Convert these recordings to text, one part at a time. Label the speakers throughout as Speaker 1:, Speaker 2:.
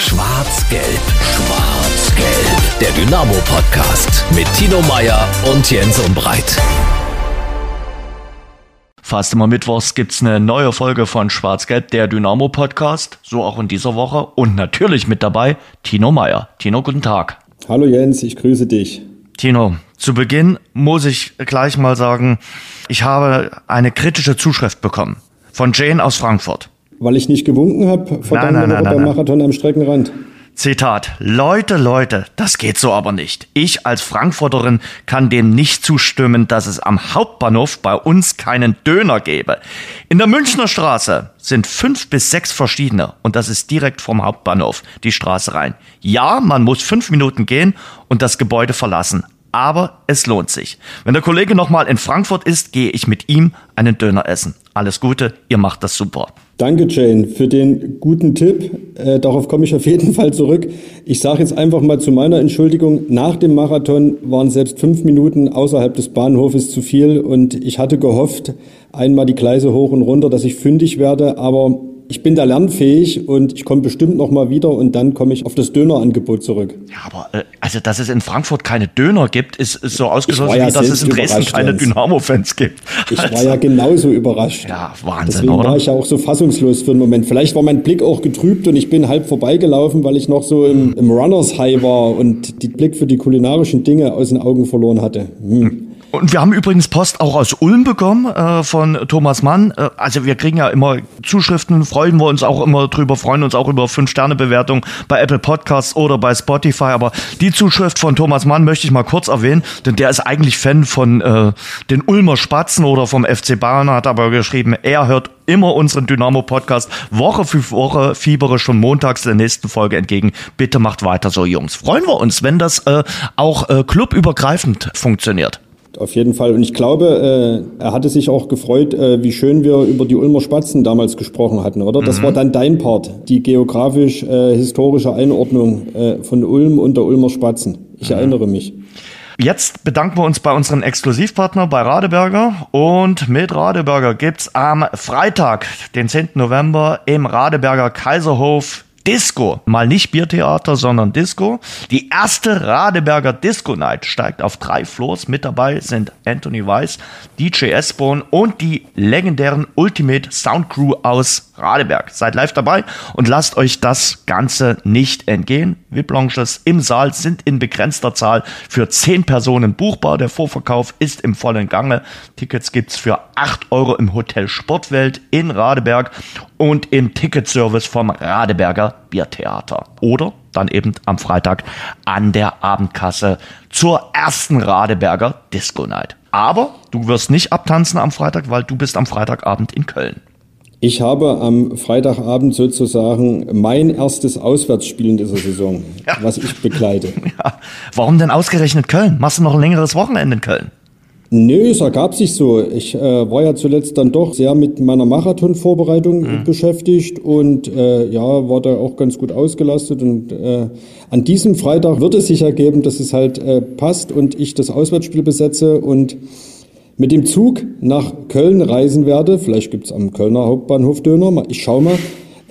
Speaker 1: Schwarz-Gelb, Schwarz-Gelb. Der Dynamo-Podcast mit Tino Meyer und Jens Umbreit.
Speaker 2: Fast immer mittwochs gibt's eine neue Folge von Schwarz-Gelb, der Dynamo-Podcast. So auch in dieser Woche. Und natürlich mit dabei Tino Meyer. Tino, guten Tag.
Speaker 3: Hallo Jens, ich grüße dich.
Speaker 2: Tino, zu Beginn muss ich gleich mal sagen, ich habe eine kritische Zuschrift bekommen von Jane aus Frankfurt.
Speaker 3: Weil ich nicht gewunken habe beim Marathon am Streckenrand.
Speaker 2: Zitat: Leute, das geht so aber nicht. Ich als Frankfurterin kann dem nicht zustimmen, dass es am Hauptbahnhof bei uns keinen Döner gäbe. In der Münchner Straße sind 5 bis 6 verschiedene und das ist direkt vom Hauptbahnhof die Straße rein. Ja, man muss 5 Minuten gehen und das Gebäude verlassen. Aber es lohnt sich. Wenn der Kollege nochmal in Frankfurt ist, gehe ich mit ihm einen Döner essen. Alles Gute, ihr macht das super.
Speaker 3: Danke Jane für den guten Tipp. Darauf komme ich auf jeden Fall zurück. Ich sage jetzt einfach mal zu meiner Entschuldigung, nach dem Marathon waren selbst 5 Minuten außerhalb des Bahnhofes zu viel und ich hatte gehofft, einmal die Gleise hoch und runter, dass ich fündig werde, aber ich bin da lernfähig und ich komme bestimmt noch mal wieder und dann komme ich auf das Dönerangebot zurück.
Speaker 2: Ja, aber also, dass es in Frankfurt keine Döner gibt, ist so ausgeschlossen, wie dass es in Dresden keine Dynamo-Fans gibt.
Speaker 3: Ich war ja genauso überrascht.
Speaker 2: Ja, Wahnsinn,
Speaker 3: deswegen
Speaker 2: oder?
Speaker 3: War ich ja auch so fassungslos für einen Moment. Vielleicht war mein Blick auch getrübt und ich bin halb vorbeigelaufen, weil ich noch so im Runners High war und den Blick für die kulinarischen Dinge aus den Augen verloren hatte.
Speaker 2: Und wir haben übrigens Post auch aus Ulm bekommen, von Thomas Mann. Also wir kriegen ja immer Zuschriften, freuen wir uns auch immer drüber, freuen uns auch über 5-Sterne-Bewertungen bei Apple Podcasts oder bei Spotify. Aber die Zuschrift von Thomas Mann möchte ich mal kurz erwähnen, denn der ist eigentlich Fan von den Ulmer Spatzen oder vom FC Bayern, hat aber geschrieben, er hört immer unseren Dynamo-Podcast Woche für Woche, fiebere schon montags der nächsten Folge entgegen. Bitte macht weiter so, Jungs. Freuen wir uns, wenn das auch clubübergreifend funktioniert.
Speaker 3: Auf jeden Fall. Und ich glaube, er hatte sich auch gefreut, wie schön wir über die Ulmer Spatzen damals gesprochen hatten, oder? Das war dann dein Part, die geografisch-historische Einordnung von Ulm und der Ulmer Spatzen. Ich erinnere mich.
Speaker 2: Jetzt bedanken wir uns bei unserem Exklusivpartner bei Radeberger und mit Radeberger gibt's am Freitag, den 10. November im Radeberger Kaiserhof Disco. Mal nicht Biertheater, sondern Disco. Die erste Radeberger Disco Night steigt auf 3 Floors. Mit dabei sind Anthony Weiss, DJ S-Bone und die legendären Ultimate Sound Crew aus Radeberg. Seid live dabei und lasst euch das Ganze nicht entgehen. VIP-Lounges im Saal sind in begrenzter Zahl für 10 Personen buchbar. Der Vorverkauf ist im vollen Gange. Tickets gibt's für 8 € im Hotel Sportwelt in Radeberg und im Ticketservice vom Radeberger Biertheater. Oder dann eben am Freitag an der Abendkasse zur ersten Radeberger Disco Night. Aber du wirst nicht abtanzen am Freitag, weil du bist am Freitagabend in Köln.
Speaker 3: Ich habe am Freitagabend sozusagen mein erstes Auswärtsspiel in dieser Saison, was ich begleite.
Speaker 2: Ja. Warum denn ausgerechnet Köln? Machst du noch ein längeres Wochenende in Köln?
Speaker 3: Nö, es ergab sich so. Ich war ja zuletzt dann doch sehr mit meiner Marathon-Vorbereitung beschäftigt und war da auch ganz gut ausgelastet. Und an diesem Freitag wird es sich ergeben, dass es halt passt und ich das Auswärtsspiel besetze und mit dem Zug nach Köln reisen werde. Vielleicht gibt's am Kölner Hauptbahnhof Döner. Ich schau mal.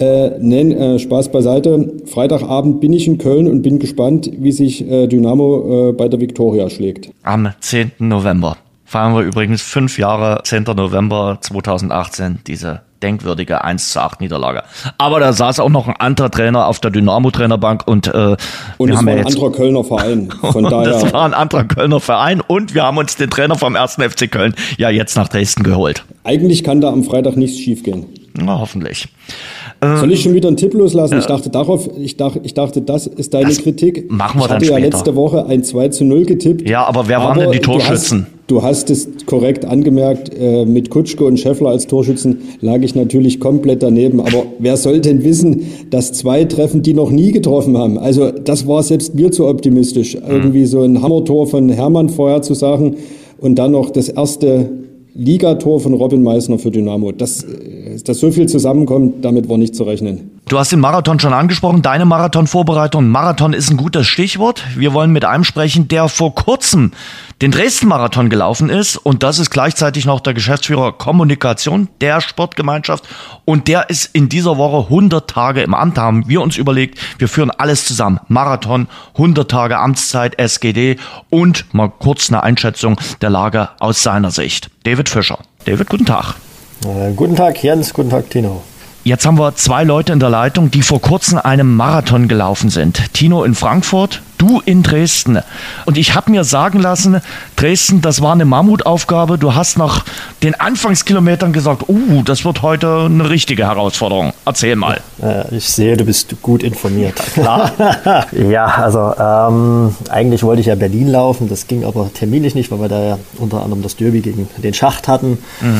Speaker 3: Spaß beiseite. Freitagabend bin ich in Köln und bin gespannt, wie sich Dynamo bei der Viktoria schlägt.
Speaker 2: Am 10. November feiern wir übrigens 5 Jahre, 10. November 2018, diese denkwürdige 1:8 Niederlage. Aber da saß auch noch ein anderer Trainer auf der Dynamo-Trainerbank und
Speaker 3: es war ein anderer Kölner Verein. Von daher.
Speaker 2: Das war ein anderer Kölner Verein und wir haben uns den Trainer vom 1. FC Köln ja jetzt nach Dresden geholt.
Speaker 3: Eigentlich kann da am Freitag nichts schiefgehen.
Speaker 2: Na, hoffentlich.
Speaker 3: Soll ich schon wieder einen Tipp loslassen? Ich dachte, das ist deine Kritik.
Speaker 2: Machen wir dann später.
Speaker 3: Ich hatte ja letzte Woche ein 2:0 getippt.
Speaker 2: Ja, aber wer waren denn die Torschützen?
Speaker 3: Du hast es korrekt angemerkt, mit Kutschke und Scheffler als Torschützen lag ich natürlich komplett daneben. Aber wer soll denn wissen, dass 2 treffen, die noch nie getroffen haben? Also das war selbst mir zu optimistisch. Irgendwie so ein Hammertor von Hermann vorher zu sagen und dann noch das erste Ligator von Robin Meissner für Dynamo. Dass so viel zusammenkommt, damit war nicht zu rechnen.
Speaker 2: Du hast den Marathon schon angesprochen, deine Marathonvorbereitung. Marathon ist ein gutes Stichwort. Wir wollen mit einem sprechen, der vor kurzem den Dresden-Marathon gelaufen ist. Und das ist gleichzeitig noch der Geschäftsführer Kommunikation der Sportgemeinschaft. Und der ist in dieser Woche 100 Tage im Amt, haben wir uns überlegt. Wir führen alles zusammen. Marathon, 100 Tage Amtszeit, SGD und mal kurz eine Einschätzung der Lage aus seiner Sicht. David Fischer. David, guten Tag.
Speaker 4: Guten Tag, Jens. Guten Tag, Tino.
Speaker 2: Jetzt haben wir 2 Leute in der Leitung, die vor kurzem einen Marathon gelaufen sind. Tino in Frankfurt, du in Dresden. Und ich habe mir sagen lassen, Dresden, das war eine Mammutaufgabe. Du hast nach den Anfangskilometern gesagt, das wird heute eine richtige Herausforderung. Erzähl mal.
Speaker 4: Ich sehe, du bist gut informiert. Klar. Ja, also eigentlich wollte ich ja Berlin laufen. Das ging aber terminlich nicht, weil wir da ja unter anderem das Derby gegen den Schacht hatten.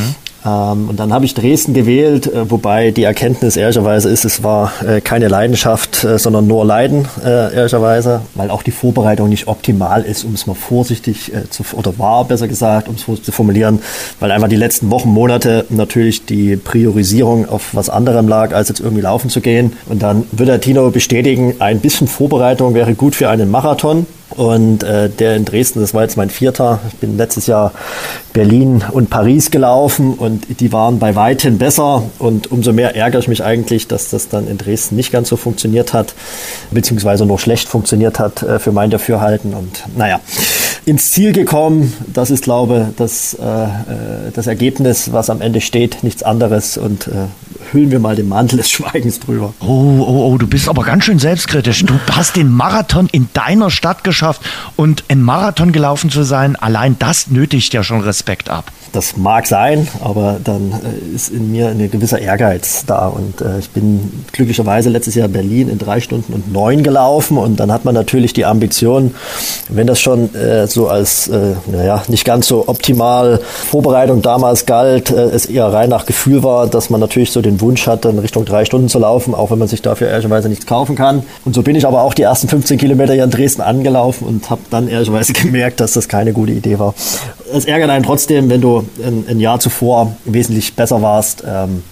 Speaker 4: Und dann habe ich Dresden gewählt, wobei die Erkenntnis ehrlicherweise ist, es war keine Leidenschaft, sondern nur Leiden, ehrlicherweise, weil auch die Vorbereitung nicht optimal ist, um es mal vorsichtig war besser gesagt, um es zu formulieren, weil einfach die letzten Wochen, Monate natürlich die Priorisierung auf was anderem lag, als jetzt irgendwie laufen zu gehen. Und dann wird der Tino bestätigen, ein bisschen Vorbereitung wäre gut für einen Marathon. Und der in Dresden, das war jetzt mein 4. Ich bin letztes Jahr Berlin und Paris gelaufen und die waren bei weitem besser. Und umso mehr ärgere ich mich eigentlich, dass das dann in Dresden nicht ganz so funktioniert hat, beziehungsweise nur schlecht funktioniert hat für mein Dafürhalten. Und naja, ins Ziel gekommen, das ist, glaube ich, das Ergebnis, was am Ende steht, nichts anderes. Und hüllen wir mal den Mantel des Schweigens drüber.
Speaker 2: Oh, du bist aber ganz schön selbstkritisch. Du hast den Marathon in deiner Stadt geschafft und einen Marathon gelaufen zu sein, allein das nötigt ja schon Respekt ab.
Speaker 4: Das mag sein, aber dann ist in mir ein gewisser Ehrgeiz da und ich bin glücklicherweise letztes Jahr Berlin in 3 Stunden und 9 gelaufen und dann hat man natürlich die Ambition, wenn das schon so als nicht ganz so optimal Vorbereitung damals galt, es eher rein nach Gefühl war, dass man natürlich so den Wunsch hat, in Richtung 3 Stunden zu laufen, auch wenn man sich dafür ehrlicherweise nichts kaufen kann. Und so bin ich aber auch die ersten 15 Kilometer hier in Dresden angelaufen und habe dann ehrlicherweise gemerkt, dass das keine gute Idee war. Es ärgert einen trotzdem, wenn du ein Jahr zuvor wesentlich besser warst.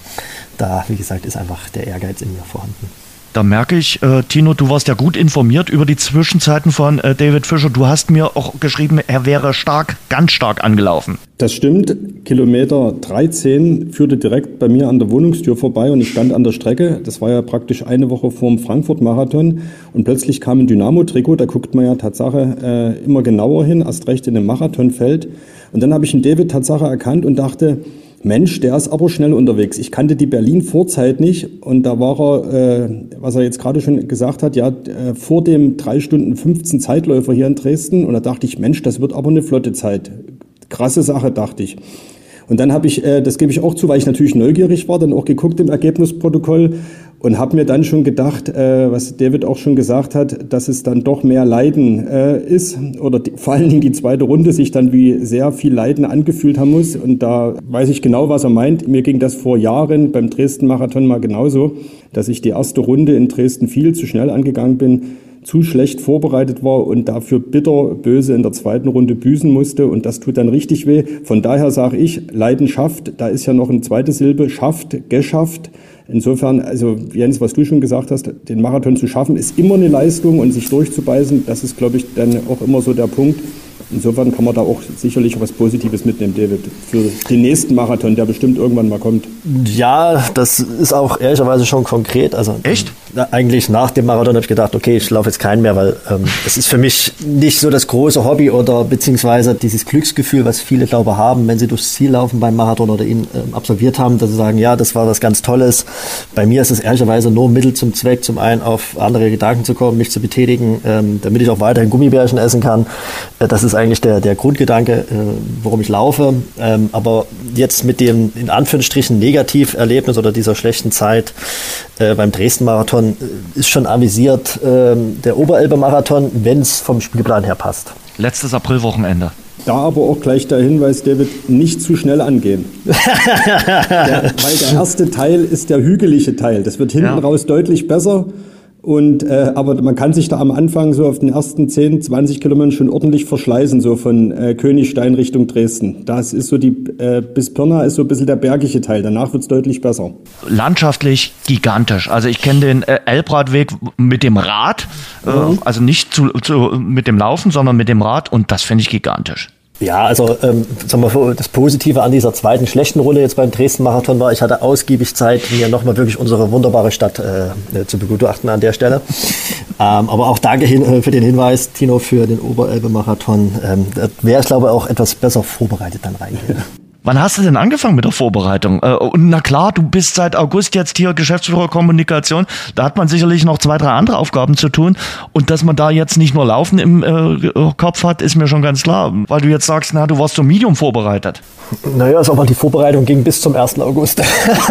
Speaker 4: Da, wie gesagt, ist einfach der Ehrgeiz in mir vorhanden.
Speaker 2: Da merke ich, Tino, du warst ja gut informiert über die Zwischenzeiten von David Fischer. Du hast mir auch geschrieben, er wäre ganz stark angelaufen.
Speaker 3: Das stimmt. Kilometer 13 führte direkt bei mir an der Wohnungstür vorbei und ich stand an der Strecke. Das war ja praktisch eine Woche vor dem Frankfurt-Marathon und plötzlich kam ein Dynamo-Trikot. Da guckt man ja Tatsache immer genauer hin, erst recht in dem Marathonfeld. Und dann habe ich den David Tatsache erkannt und dachte, Mensch, der ist aber schnell unterwegs. Ich kannte die Berlin-Vorzeit nicht und da war er, was er jetzt gerade schon gesagt hat, vor dem 3 Stunden 15 Zeitläufer hier in Dresden und da dachte ich, Mensch, das wird aber eine flotte Zeit. Krasse Sache, dachte ich. Und dann habe ich, das gebe ich auch zu, weil ich natürlich neugierig war, dann auch geguckt im Ergebnisprotokoll und habe mir dann schon gedacht, was David auch schon gesagt hat, dass es dann doch mehr Leiden ist oder vor allen Dingen die zweite Runde sich dann wie sehr viel Leiden angefühlt haben muss. Und da weiß ich genau, was er meint. Mir ging das vor Jahren beim Dresden-Marathon mal genauso, dass ich die erste Runde in Dresden viel zu schnell angegangen bin, zu schlecht vorbereitet war und dafür bitterböse in der zweiten Runde büßen musste und das tut dann richtig weh. Von daher sage ich, Leidenschaft, da ist ja noch eine zweite Silbe, schafft, geschafft. Insofern, also Jens, was du schon gesagt hast, den Marathon zu schaffen, ist immer eine Leistung und sich durchzubeißen, das ist, glaube ich, dann auch immer so der Punkt. Insofern kann man da auch sicherlich was Positives mitnehmen, David, für den nächsten Marathon, der bestimmt irgendwann mal kommt.
Speaker 4: Ja, das ist auch ehrlicherweise schon konkret. Also
Speaker 2: echt?
Speaker 4: Eigentlich nach dem Marathon habe ich gedacht, okay, ich laufe jetzt keinen mehr, weil es ist für mich nicht so das große Hobby oder beziehungsweise dieses Glücksgefühl, was viele, glaube ich, haben, wenn sie durchs Ziel laufen beim Marathon oder ihn absolviert haben, dass sie sagen, ja, das war was ganz Tolles. Bei mir ist es ehrlicherweise nur Mittel zum Zweck, zum einen auf andere Gedanken zu kommen, mich zu betätigen, damit ich auch weiterhin Gummibärchen essen kann. Das ist eigentlich der Grundgedanke, warum ich laufe. Aber jetzt mit dem in Anführungsstrichen Negativerlebnis oder dieser schlechten Zeit beim Dresden-Marathon ist schon avisiert der Oberelbe-Marathon, wenn es vom Spielplan her passt.
Speaker 2: Letztes Aprilwochenende.
Speaker 3: Da aber auch gleich der Hinweis, David, nicht zu schnell angehen. Weil der erste Teil ist der hügelige Teil. Das wird hinten raus deutlich besser. Und aber man kann sich da am Anfang so auf den ersten 10, 20 Kilometern schon ordentlich verschleißen, so von Königstein Richtung Dresden. Das ist so bis Pirna ist so ein bisschen der bergige Teil, danach wird's deutlich besser.
Speaker 2: Landschaftlich gigantisch. Also ich kenne den Elbradweg mit dem Rad, also nicht mit dem Laufen, sondern mit dem Rad, und das finde ich gigantisch.
Speaker 4: Ja, also sagen wir, das Positive an dieser zweiten schlechten Runde jetzt beim Dresden-Marathon war, ich hatte ausgiebig Zeit, mir nochmal wirklich unsere wunderbare Stadt zu begutachten an der Stelle. Aber auch danke für den Hinweis, Tino, für den Oberelbe-Marathon. Da wäre ich, glaube ich, auch etwas besser vorbereitet dann reingehen.
Speaker 2: Wann hast du denn angefangen mit der Vorbereitung? Und na klar, du bist seit August jetzt hier Geschäftsführer Kommunikation. Da hat man sicherlich noch 2, 3 andere Aufgaben zu tun. Und dass man da jetzt nicht nur Laufen im Kopf hat, ist mir schon ganz klar. Weil du jetzt sagst, na, du warst so medium vorbereitet.
Speaker 4: Naja, aber die Vorbereitung ging bis zum 1. August.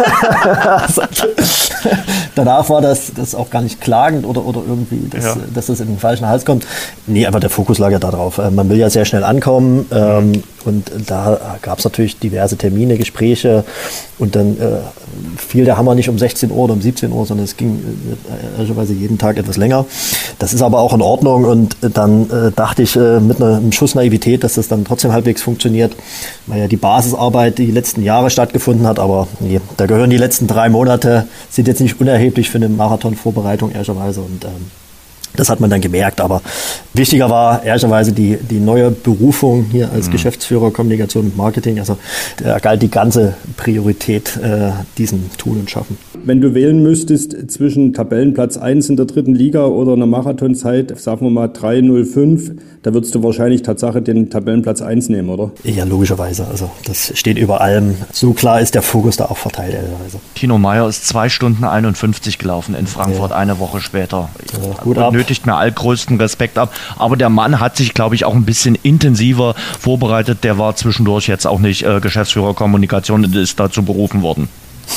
Speaker 4: Danach war das auch gar nicht klagend oder irgendwie, dass das in den falschen Hals kommt. Nee, aber der Fokus lag ja da drauf. Man will ja sehr schnell ankommen. Und da gab es natürlich diverse Termine, Gespräche, und dann fiel der Hammer nicht um 16 Uhr oder um 17 Uhr, sondern es ging ehrlicherweise jeden Tag etwas länger. Das ist aber auch in Ordnung, und dann dachte ich mit einem Schuss Naivität, dass das dann trotzdem halbwegs funktioniert, weil ja die Basisarbeit die letzten Jahre stattgefunden hat, aber nee, da gehören die letzten 3 Monate, sind jetzt nicht unerheblich für eine Marathonvorbereitung ehrlicherweise, und das hat man dann gemerkt, aber wichtiger war ehrlicherweise die neue Berufung hier als Geschäftsführer Kommunikation und Marketing. Also da galt die ganze Priorität diesen Tun und Schaffen.
Speaker 3: Wenn du wählen müsstest zwischen Tabellenplatz 1 in der 3. Liga oder einer Marathonzeit, sagen wir mal 3:05, da würdest du wahrscheinlich Tatsache den Tabellenplatz 1 nehmen, oder?
Speaker 4: Ja, logischerweise. Also das steht über allem. So klar ist der Fokus da auch verteilt. Also.
Speaker 2: Tino Meyer ist 2 Stunden 51 gelaufen in Frankfurt, eine Woche später.
Speaker 4: Ja, gut ab.
Speaker 2: Nötigt mir allgrößten Respekt ab. Aber der Mann hat sich, glaube ich, auch ein bisschen intensiver vorbereitet. Der war zwischendurch jetzt auch nicht Geschäftsführer Kommunikation und ist dazu berufen worden.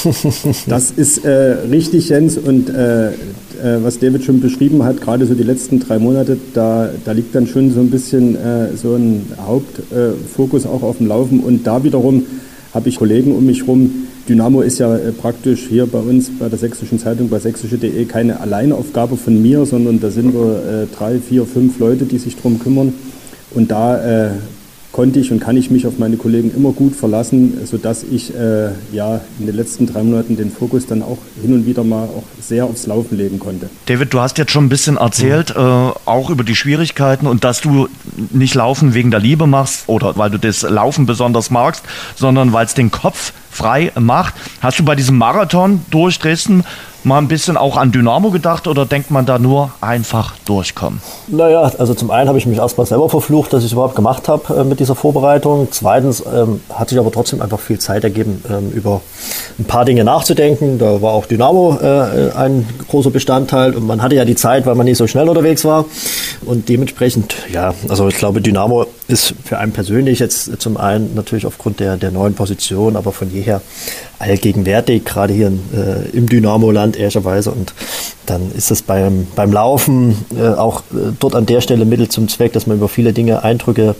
Speaker 3: Das ist richtig, Jens, und was David schon beschrieben hat, gerade so die letzten 3 Monate, da liegt dann schon so ein bisschen so ein Hauptfokus auch auf dem Laufen, und da wiederum habe ich Kollegen um mich rum. Dynamo ist ja praktisch hier bei uns bei der Sächsischen Zeitung, bei sächsische.de, keine Alleinaufgabe von mir, sondern da sind wir 3, 4, 5 Leute, die sich drum kümmern, und da konnte ich und kann ich mich auf meine Kollegen immer gut verlassen, sodass ich in den letzten 3 Monaten den Fokus dann auch hin und wieder mal auch sehr aufs Laufen legen konnte.
Speaker 2: David, du hast jetzt schon ein bisschen erzählt, auch über die Schwierigkeiten, und dass du nicht Laufen wegen der Liebe machst oder weil du das Laufen besonders magst, sondern weil es den Kopf frei macht. Hast du bei diesem Marathon durch Dresden mal ein bisschen auch an Dynamo gedacht, oder denkt man da nur einfach durchkommen?
Speaker 4: Naja, also zum einen habe ich mich erstmal selber verflucht, dass ich es überhaupt gemacht habe mit dieser Vorbereitung. Zweitens hat sich aber trotzdem einfach viel Zeit ergeben, über ein paar Dinge nachzudenken. Da war auch Dynamo ein großer Bestandteil, und man hatte ja die Zeit, weil man nicht so schnell unterwegs war, und dementsprechend, ja, also ich glaube, Dynamo ist für einen persönlich jetzt zum einen natürlich aufgrund der neuen Position, aber von jeher allgegenwärtig, gerade hier im Dynamo-Land ehrlicherweise, und dann ist es beim Laufen auch dort an der Stelle Mittel zum Zweck, dass man über viele Dinge, Eindrücke,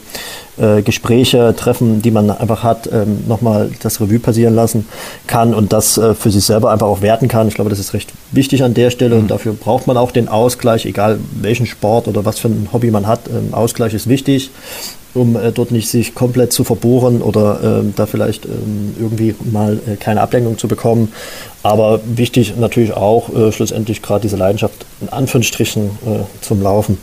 Speaker 4: Gespräche, Treffen, die man einfach hat, nochmal das Revue passieren lassen kann und das für sich selber einfach auch werten kann. Ich glaube, das ist recht wichtig an der Stelle, und dafür braucht man auch den Ausgleich, egal welchen Sport oder was für ein Hobby man hat. Ausgleich ist wichtig, um dort nicht sich komplett zu verbohren oder da vielleicht irgendwie mal keine Ablenkung zu bekommen. Aber wichtig natürlich auch schlussendlich gerade diese Leidenschaft in Anführungsstrichen zum Laufen,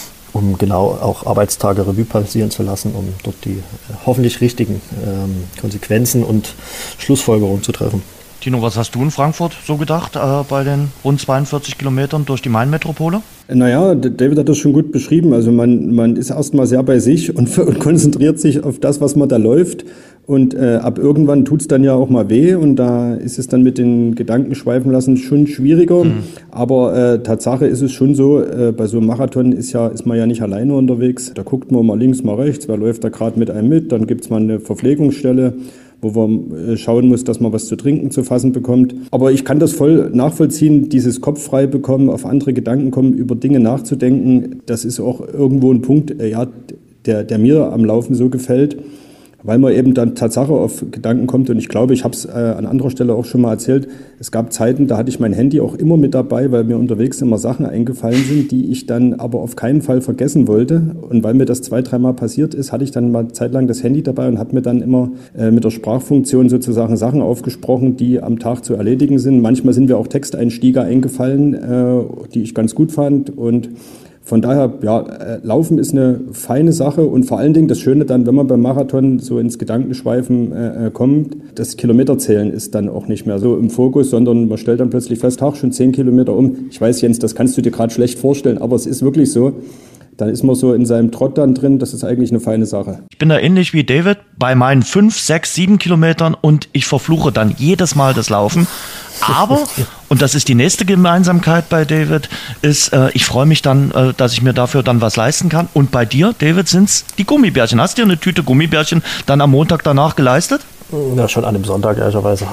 Speaker 4: um genau auch Arbeitstage Revue passieren zu lassen, um dort die hoffentlich richtigen Konsequenzen und Schlussfolgerungen zu treffen.
Speaker 2: Tino, was hast du in Frankfurt so gedacht bei den rund 42 Kilometern durch die Main-Metropole?
Speaker 3: Naja, David hat das schon gut beschrieben. Also man ist erstmal sehr bei sich und konzentriert sich auf das, was man da läuft. Und ab irgendwann tut's dann ja auch mal weh, und da ist es dann mit den Gedanken schweifen lassen schon schwieriger. Aber Tatsache ist es schon so, bei so einem Marathon ist man ja nicht alleine unterwegs. Da guckt man mal links, mal rechts, wer läuft da gerade mit einem mit. Dann gibt's mal eine Verpflegungsstelle, wo man schauen muss, dass man was zu trinken zu fassen bekommt. Aber ich kann das voll nachvollziehen, dieses Kopf frei bekommen, auf andere Gedanken kommen, über Dinge nachzudenken. Das ist auch irgendwo ein Punkt, der mir am Laufen so gefällt, weil man eben dann Tatsache auf Gedanken kommt. Und ich glaube, ich habe es an anderer Stelle auch schon mal erzählt, es gab Zeiten, da hatte ich mein Handy auch immer mit dabei, weil mir unterwegs immer Sachen eingefallen sind, die ich dann aber auf keinen Fall vergessen wollte. Und weil mir das 2-3 Mal passiert ist, hatte ich dann mal zeitlang das Handy dabei und habe mir dann immer mit der Sprachfunktion sozusagen Sachen aufgesprochen, die am Tag zu erledigen sind. Manchmal sind mir auch Texteinstiege eingefallen, die ich ganz gut fand. Und von daher, ja, Laufen ist eine feine Sache und vor allen Dingen das Schöne dann, wenn man beim Marathon so ins Gedankenschweifen kommt, das Kilometerzählen ist dann auch nicht mehr so im Fokus, sondern man stellt dann plötzlich fest, schon 10 Kilometer um. Ich weiß, Jens, das kannst du dir gerade schlecht vorstellen, aber es ist wirklich so. Dann ist man so in seinem Trott dann drin, das ist eigentlich eine feine Sache.
Speaker 2: Ich bin da ähnlich wie David bei meinen 5, 6, 7 Kilometern und ich verfluche dann jedes Mal das Laufen. Aber, und das ist die nächste Gemeinsamkeit bei David, ist, ich freue mich dann, dass ich mir dafür dann was leisten kann. Und bei dir, David, sind's die Gummibärchen. Hast du dir eine Tüte Gummibärchen dann am Montag danach geleistet?
Speaker 4: Ja, schon an dem Sonntag, ehrlicherweise.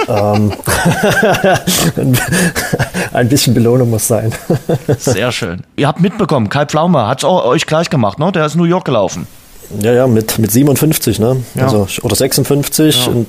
Speaker 4: Ein bisschen Belohnung muss sein.
Speaker 2: Sehr schön. Ihr habt mitbekommen, Kai Pflaume hat's euch gleich gemacht, ne? Der ist New York gelaufen.
Speaker 4: Ja, mit 57, ne?
Speaker 2: Ja.
Speaker 4: Also, oder 56 in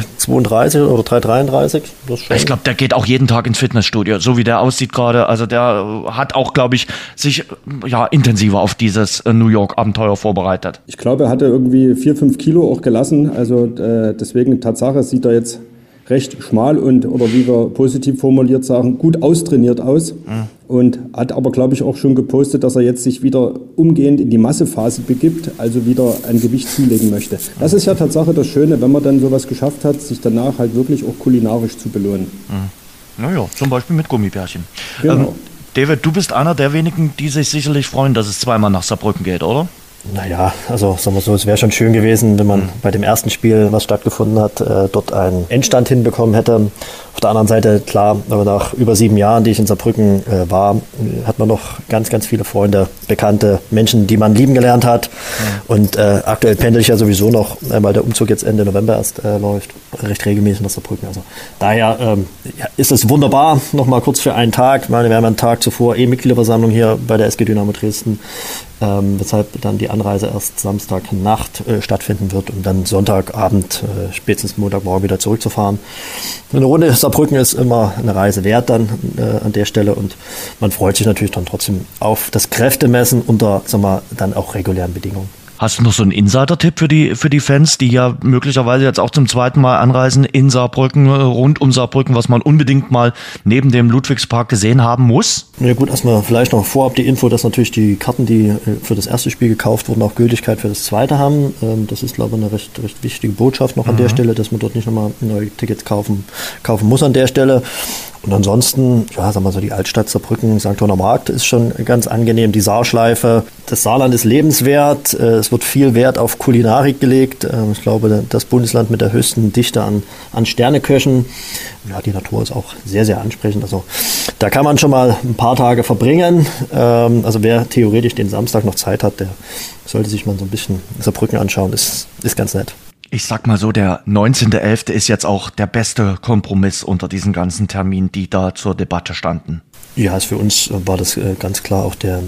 Speaker 4: 3,32 oder 3,33.
Speaker 2: Ich glaube, der geht auch jeden Tag ins Fitnessstudio, so wie der aussieht gerade. Also der hat auch, glaube ich, sich intensiver auf dieses New York-Abenteuer vorbereitet.
Speaker 3: Ich glaube, er hatte irgendwie 4-5 Kilo auch gelassen. Also deswegen, Tatsache, sieht er jetzt recht schmal und, oder wie wir positiv formuliert sagen, gut austrainiert aus. Und hat aber, glaube ich, auch schon gepostet, dass er jetzt sich wieder umgehend in die Massephase begibt, also wieder ein Gewicht zulegen möchte. Das ist ja Tatsache das Schöne, wenn man dann sowas geschafft hat, sich danach halt wirklich auch kulinarisch zu belohnen.
Speaker 2: Naja, zum Beispiel mit Gummibärchen.
Speaker 3: Genau.
Speaker 2: David, du bist einer der wenigen, die sich sicherlich freuen, dass es zweimal nach Saarbrücken geht, oder?
Speaker 4: Naja, also sagen wir so, es wäre schon schön gewesen, wenn man bei dem ersten Spiel, was stattgefunden hat, dort einen Endstand hinbekommen hätte. Auf der anderen Seite, klar, aber nach über 7 Jahren, die ich in Saarbrücken war, hat man noch ganz, ganz viele Freunde, Bekannte, Menschen, die man lieben gelernt hat. Und aktuell pendel ich ja sowieso noch, weil der Umzug jetzt Ende November erst läuft, recht regelmäßig nach Saarbrücken. Also daher ist es wunderbar, nochmal kurz für einen Tag. Ich meine, wir haben einen Tag zuvor Mitgliederversammlung hier bei der SG Dynamo Dresden, weshalb dann die Anreise erst Samstagnacht stattfinden wird, um dann Sonntagabend, spätestens Montagmorgen wieder zurückzufahren. Eine Runde Saarbrücken ist immer eine Reise wert dann an der Stelle und man freut sich natürlich dann trotzdem auf das Kräftemessen unter, sagen wir, dann auch regulären Bedingungen.
Speaker 2: Hast du noch so einen Insider-Tipp für die Fans, die ja möglicherweise jetzt auch zum zweiten Mal anreisen in Saarbrücken, rund um Saarbrücken, was man unbedingt mal neben dem Ludwigspark gesehen haben muss?
Speaker 4: Ja gut, erstmal vielleicht noch vorab die Info, dass natürlich die Karten, die für das erste Spiel gekauft wurden, auch Gültigkeit für das zweite haben. Das ist, glaube ich, eine recht wichtige Botschaft noch an der Stelle, dass man dort nicht nochmal neue Tickets kaufen muss an der Stelle. Und ansonsten, ja, sagen wir so, die Altstadt Saarbrücken, St. Oner Markt ist schon ganz angenehm. Die Saarschleife, das Saarland ist lebenswert. Es wird viel Wert auf Kulinarik gelegt. Ich glaube, das Bundesland mit der höchsten Dichte an Sterneköchen. Ja, die Natur ist auch sehr, sehr ansprechend. Also da kann man schon mal ein paar Tage verbringen. Also wer theoretisch den Samstag noch Zeit hat, der sollte sich mal so ein bisschen Saarbrücken anschauen. Ist ganz nett.
Speaker 2: Ich sag mal so, der 19.11. ist jetzt auch der beste Kompromiss unter diesen ganzen Terminen, die da zur Debatte standen.
Speaker 4: Ja, für uns war das ganz klar auch der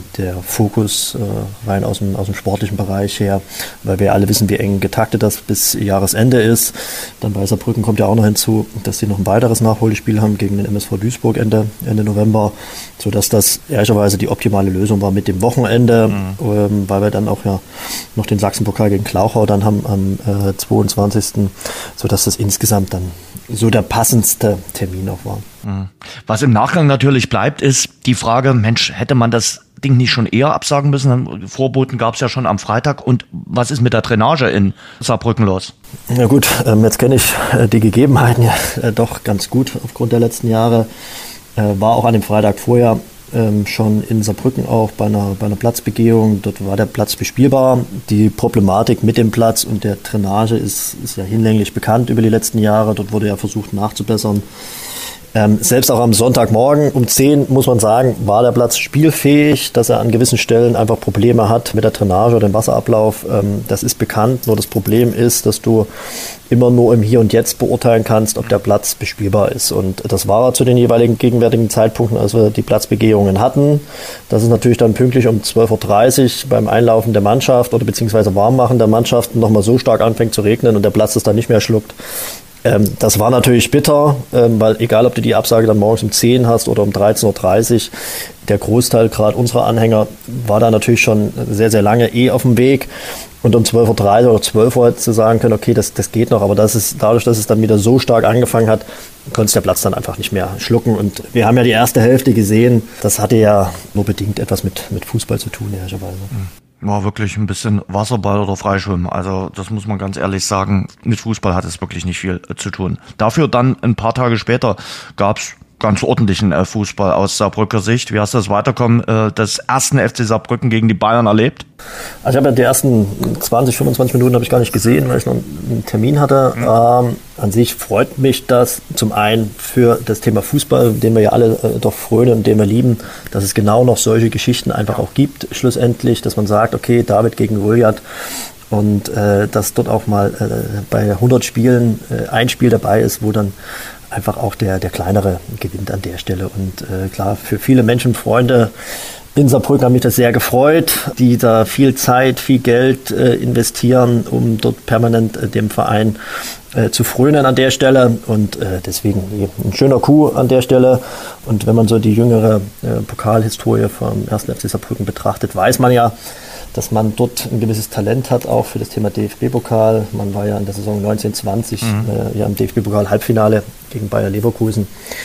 Speaker 4: Fokus rein aus dem sportlichen Bereich her, weil wir alle wissen, wie eng getaktet das bis Jahresende ist. Dann bei Saarbrücken kommt ja auch noch hinzu, dass sie noch ein weiteres Nachholspiel haben gegen den MSV Duisburg Ende November, sodass das ehrlicherweise die optimale Lösung war mit dem Wochenende, weil wir dann auch ja noch den Sachsenpokal gegen Klauchau dann haben am 22., sodass das insgesamt dann so der passendste Termin auch war.
Speaker 2: Was im Nachgang natürlich bleibt, ist die Frage, Mensch, hätte man das Ding nicht schon eher absagen müssen? Vorboten gab es ja schon am Freitag. Und was ist mit der Drainage in Saarbrücken los?
Speaker 4: Ja gut, jetzt kenne ich die Gegebenheiten ja doch ganz gut aufgrund der letzten Jahre. War auch an dem Freitag vorher schon in Saarbrücken auch bei einer Platzbegehung. Dort war der Platz bespielbar. Die Problematik mit dem Platz und der Drainage ist ja hinlänglich bekannt über die letzten Jahre. Dort wurde ja versucht nachzubessern. Selbst auch am Sonntagmorgen um 10 muss man sagen, war der Platz spielfähig, dass er an gewissen Stellen einfach Probleme hat mit der Drainage oder dem Wasserablauf. Das ist bekannt, nur das Problem ist, dass du immer nur im Hier und Jetzt beurteilen kannst, ob der Platz bespielbar ist. Und das war er zu den jeweiligen gegenwärtigen Zeitpunkten, als wir die Platzbegehungen hatten. Das ist natürlich dann pünktlich um 12.30 Uhr beim Einlaufen der Mannschaft oder beziehungsweise Warmmachen der Mannschaft nochmal so stark anfängt zu regnen und der Platz es dann nicht mehr schluckt. Das war natürlich bitter, weil egal, ob du die Absage dann morgens um 10 hast oder um 13.30 Uhr, der Großteil gerade unserer Anhänger war da natürlich schon sehr, sehr lange auf dem Weg. Und um 12.30 Uhr oder 12 Uhr zu sagen können, okay, das geht noch, aber dadurch, dass es dann wieder so stark angefangen hat, konnte der Platz dann einfach nicht mehr schlucken. Und wir haben ja die erste Hälfte gesehen, das hatte ja nur bedingt etwas mit Fußball zu tun, ehrlicherweise.
Speaker 2: War wirklich ein bisschen Wasserball oder Freischwimmen. Also das muss man ganz ehrlich sagen, mit Fußball hat es wirklich nicht viel zu tun. Dafür dann ein paar Tage später gab's ganz ordentlichen Fußball aus Saarbrücker Sicht. Wie hast du das Weiterkommen des ersten FC Saarbrücken gegen die Bayern erlebt?
Speaker 4: Also ich habe ja die ersten 20, 25 Minuten habe ich gar nicht gesehen, weil ich noch einen Termin hatte. An sich freut mich das zum einen für das Thema Fußball, den wir ja alle doch frönen und den wir lieben, dass es genau noch solche Geschichten einfach auch gibt, schlussendlich, dass man sagt, okay, David gegen Goliath. Und dass dort auch mal bei 100 Spielen ein Spiel dabei ist, wo dann einfach auch der Kleinere gewinnt an der Stelle. Und klar, für viele Menschen, Freunde in Saarbrücken hat mich das sehr gefreut, die da viel Zeit, viel Geld investieren, um dort permanent dem Verein zu frönen an der Stelle. Und deswegen ein schöner Coup an der Stelle. Und wenn man so die jüngere Pokalhistorie vom 1. FC Saarbrücken betrachtet, weiß man ja, dass man dort ein gewisses Talent hat, auch für das Thema DFB-Pokal. Man war ja in der Saison 1920 ja im DFB-Pokal-Halbfinale gegen Bayer Leverkusen.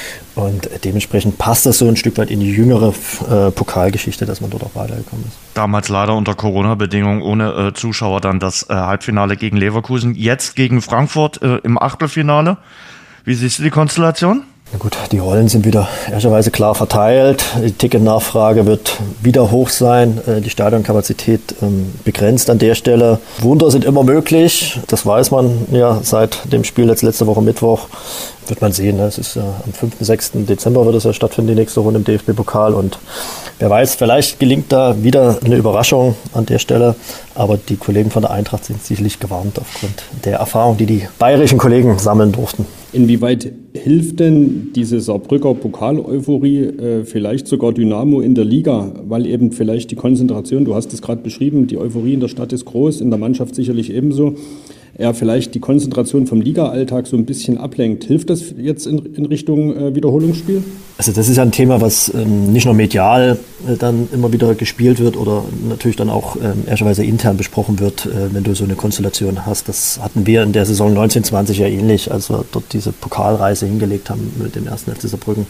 Speaker 4: Und dementsprechend passt das so ein Stück weit in die jüngere Pokalgeschichte, dass man dort auch weitergekommen ist.
Speaker 2: Damals leider unter Corona-Bedingungen ohne Zuschauer dann das Halbfinale gegen Leverkusen. Jetzt gegen Frankfurt im Achtelfinale. Wie siehst du die Konstellation?
Speaker 4: Ja gut, die Rollen sind wieder ehrlicherweise klar verteilt. Die Ticketnachfrage wird wieder hoch sein. Die Stadionkapazität begrenzt an der Stelle. Wunder sind immer möglich. Das weiß man ja seit dem Spiel letzte Woche Mittwoch. Wird man sehen. Es ist am 5. 6. Dezember wird es ja stattfinden, die nächste Runde im DFB-Pokal. Und wer weiß, vielleicht gelingt da wieder eine Überraschung an der Stelle. Aber die Kollegen von der Eintracht sind sicherlich gewarnt aufgrund der Erfahrung, die die bayerischen Kollegen sammeln durften.
Speaker 3: Inwieweit hilft denn diese Saarbrücker Pokal-Euphorie vielleicht sogar Dynamo in der Liga? Weil eben vielleicht die Konzentration, du hast es gerade beschrieben, die Euphorie in der Stadt ist groß, in der Mannschaft sicherlich ebenso. Vielleicht die Konzentration vom Liga-Alltag so ein bisschen ablenkt. Hilft das jetzt in Richtung Wiederholungsspiel?
Speaker 4: Also das ist ja ein Thema, was nicht nur medial dann immer wieder gespielt wird oder natürlich dann auch ehrlicherweise intern besprochen wird, wenn du so eine Konstellation hast. Das hatten wir in der Saison 1920 ja ähnlich, als wir dort diese Pokalreise hingelegt haben mit dem 1. FC Saarbrücken.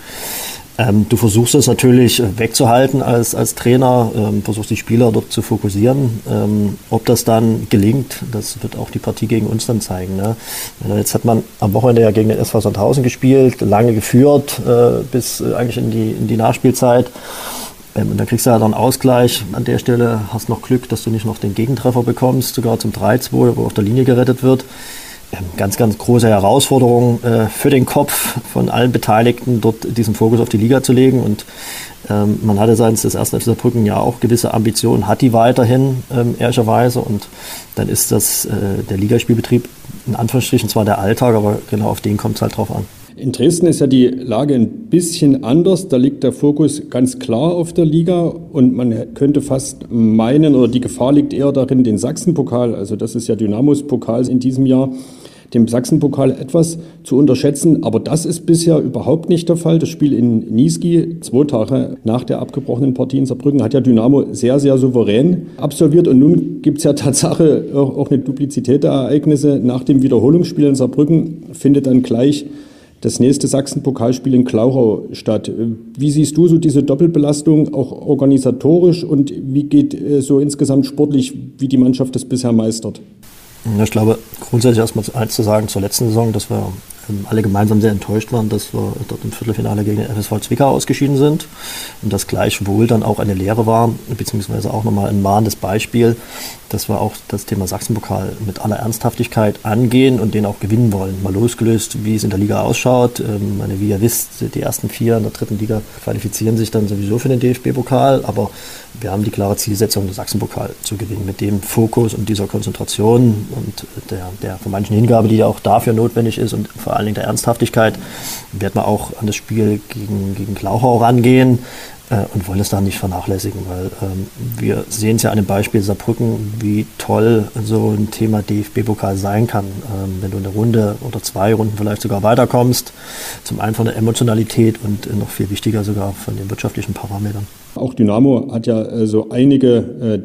Speaker 4: Du versuchst es natürlich wegzuhalten als Trainer, versuchst die Spieler dort zu fokussieren. Ob das dann gelingt, das wird auch die Partie gegen uns dann zeigen. Ne? Jetzt hat man am Wochenende ja gegen den SV Sandhausen gespielt, lange geführt, bis eigentlich in die Nachspielzeit. Und dann kriegst du halt einen Ausgleich. An der Stelle hast noch Glück, dass du nicht noch den Gegentreffer bekommst, sogar zum 3-2, wo auf der Linie gerettet wird. Ganz, ganz große Herausforderung für den Kopf von allen Beteiligten, dort diesen Fokus auf die Liga zu legen. Und man hatte seitens des 1. FC Saarbrücken ja auch gewisse Ambitionen, hat die weiterhin ehrlicherweise. Und dann ist das der Ligaspielbetrieb in Anführungsstrichen zwar der Alltag, aber genau auf den kommt es halt drauf an.
Speaker 3: In Dresden ist ja die Lage ein bisschen anders. Da liegt der Fokus ganz klar auf der Liga und man könnte fast meinen, oder die Gefahr liegt eher darin, den Sachsenpokal, also das ist ja Dynamos Pokal in diesem Jahr, den Sachsenpokal etwas zu unterschätzen. Aber das ist bisher überhaupt nicht der Fall. Das Spiel in Niesky, 2 Tage nach der abgebrochenen Partie in Saarbrücken, hat ja Dynamo sehr, sehr souverän absolviert. Und nun gibt es ja Tatsache auch eine Duplizität der Ereignisse. Nach dem Wiederholungsspiel in Saarbrücken findet dann gleich das nächste Sachsen-Pokalspiel in Klauchau statt. Wie siehst du so diese Doppelbelastung auch organisatorisch und wie geht so insgesamt sportlich, wie die Mannschaft das bisher meistert?
Speaker 4: Ich glaube, grundsätzlich erstmal eins zu sagen zur letzten Saison, dass wir alle gemeinsam sehr enttäuscht waren, dass wir dort im Viertelfinale gegen den FSV Zwickau ausgeschieden sind und das gleichwohl dann auch eine Lehre war, beziehungsweise auch nochmal ein mahnendes Beispiel, dass wir auch das Thema Sachsenpokal mit aller Ernsthaftigkeit angehen und den auch gewinnen wollen. Mal losgelöst, wie es in der Liga ausschaut. Wie ihr wisst, die ersten 4 in der 3. Liga qualifizieren sich dann sowieso für den DFB-Pokal, aber wir haben die klare Zielsetzung, den Sachsenpokal zu gewinnen, mit dem Fokus und dieser Konzentration und der von manchen Hingabe, die auch dafür notwendig ist und vor allen Dingen der Ernsthaftigkeit, werden wir auch an das Spiel gegen Glauchau rangehen und wollen es da nicht vernachlässigen, weil wir sehen es ja an dem Beispiel Saarbrücken, wie toll so ein Thema DFB-Pokal sein kann, wenn du eine Runde oder 2 Runden vielleicht sogar weiterkommst, zum einen von der Emotionalität und noch viel wichtiger sogar von den wirtschaftlichen Parametern.
Speaker 3: Auch Dynamo hat ja so einige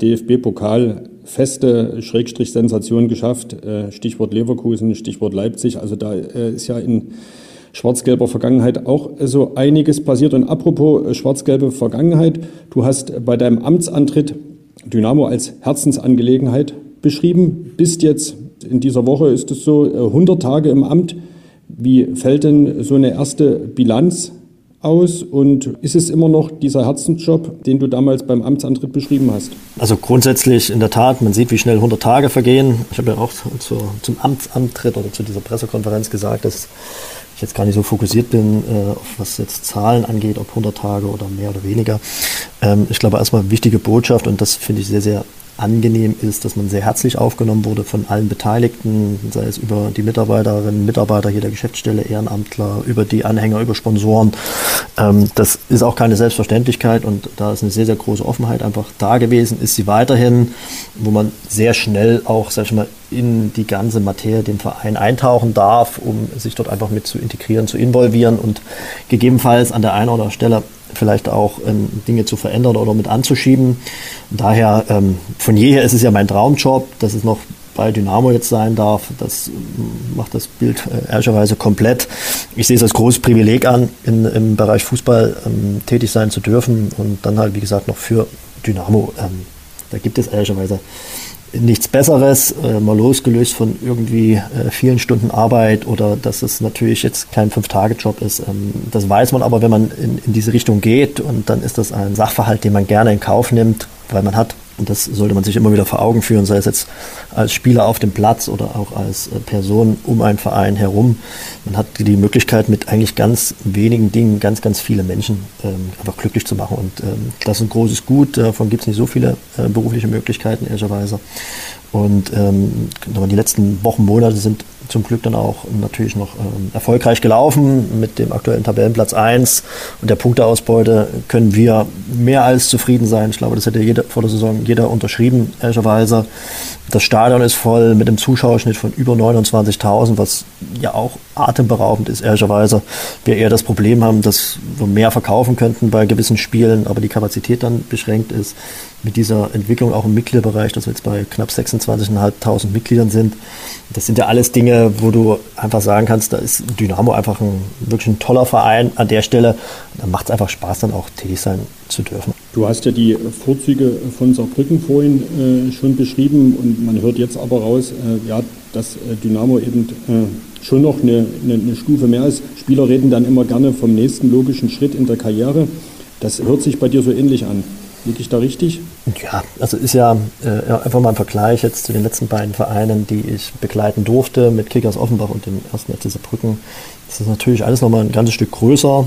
Speaker 3: DFB-Pokal-Feste, Sensationen geschafft. Stichwort Leverkusen, Stichwort Leipzig. Also da ist ja in schwarz-gelber Vergangenheit auch so einiges passiert. Und apropos schwarz-gelbe Vergangenheit, du hast bei deinem Amtsantritt Dynamo als Herzensangelegenheit beschrieben. Bist jetzt in dieser Woche, ist es so, 100 Tage im Amt. Wie fällt denn so eine erste Bilanz aus und ist es immer noch dieser Herzensjob, den du damals beim Amtsantritt beschrieben hast?
Speaker 4: Also grundsätzlich in der Tat, man sieht, wie schnell 100 Tage vergehen. Ich habe ja auch zum Amtsantritt oder zu dieser Pressekonferenz gesagt, dass ich jetzt gar nicht so fokussiert bin, was jetzt Zahlen angeht, ob 100 Tage oder mehr oder weniger. Ich glaube erstmal wichtige Botschaft und das finde ich sehr, sehr angenehm ist, dass man sehr herzlich aufgenommen wurde von allen Beteiligten, sei es über die Mitarbeiterinnen, Mitarbeiter jeder Geschäftsstelle, Ehrenamtler, über die Anhänger, über Sponsoren. Das ist auch keine Selbstverständlichkeit und da ist eine sehr, sehr große Offenheit einfach da gewesen, ist sie weiterhin, wo man sehr schnell auch, sag ich mal, in die ganze Materie, den Verein eintauchen darf, um sich dort einfach mit zu integrieren, zu involvieren und gegebenenfalls an der einen oder anderen Stelle vielleicht auch Dinge zu verändern oder mit anzuschieben. Daher, von jeher ist es ja mein Traumjob, dass es noch bei Dynamo jetzt sein darf. Das macht das Bild ehrlicherweise komplett. Ich sehe es als großes Privileg an, im Bereich Fußball tätig sein zu dürfen und dann halt, wie gesagt, noch für Dynamo. Da gibt es ehrlicherweise nichts Besseres, mal losgelöst von irgendwie vielen Stunden Arbeit oder dass es natürlich jetzt kein 5-Tage-Job ist. Das weiß man aber, wenn man in diese Richtung geht und dann ist das ein Sachverhalt, den man gerne in Kauf nimmt, weil man hat, und das sollte man sich immer wieder vor Augen führen, sei es jetzt als Spieler auf dem Platz oder auch als Person um einen Verein herum. Man hat die Möglichkeit, mit eigentlich ganz wenigen Dingen ganz, ganz viele Menschen einfach glücklich zu machen. Und das ist ein großes Gut. Davon gibt es nicht so viele berufliche Möglichkeiten, ehrlicherweise. Und die letzten Wochen, Monate sind zum Glück dann auch natürlich noch erfolgreich gelaufen. Mit dem aktuellen Tabellenplatz 1 und der Punkteausbeute können wir mehr als zufrieden sein. Ich glaube, das hätte vor der Saison jeder unterschrieben, ehrlicherweise. Das Stadion ist voll mit einem Zuschauerschnitt von über 29.000, was ja auch atemberaubend ist, ehrlicherweise. Wir eher das Problem haben, dass wir mehr verkaufen könnten bei gewissen Spielen, aber die Kapazität dann beschränkt ist. Mit dieser Entwicklung auch im Mitgliederbereich, dass wir jetzt bei knapp 26.500 Mitgliedern sind. Das sind ja alles Dinge, wo du einfach sagen kannst, da ist Dynamo einfach wirklich ein toller Verein an der Stelle. Da macht es einfach Spaß, dann auch tätig sein zu dürfen.
Speaker 3: Du hast ja die Vorzüge von Saarbrücken vorhin schon beschrieben und man hört jetzt aber raus, dass Dynamo eben schon noch eine Stufe mehr ist. Spieler reden dann immer gerne vom nächsten logischen Schritt in der Karriere. Das hört sich bei dir so ähnlich an. Liege ich da richtig?
Speaker 4: Ja, also ist ja einfach mal ein Vergleich jetzt zu den letzten beiden Vereinen, die ich begleiten durfte, mit Kickers Offenbach und dem 1. FC Saarbrücken. Das ist natürlich alles nochmal ein ganzes Stück größer.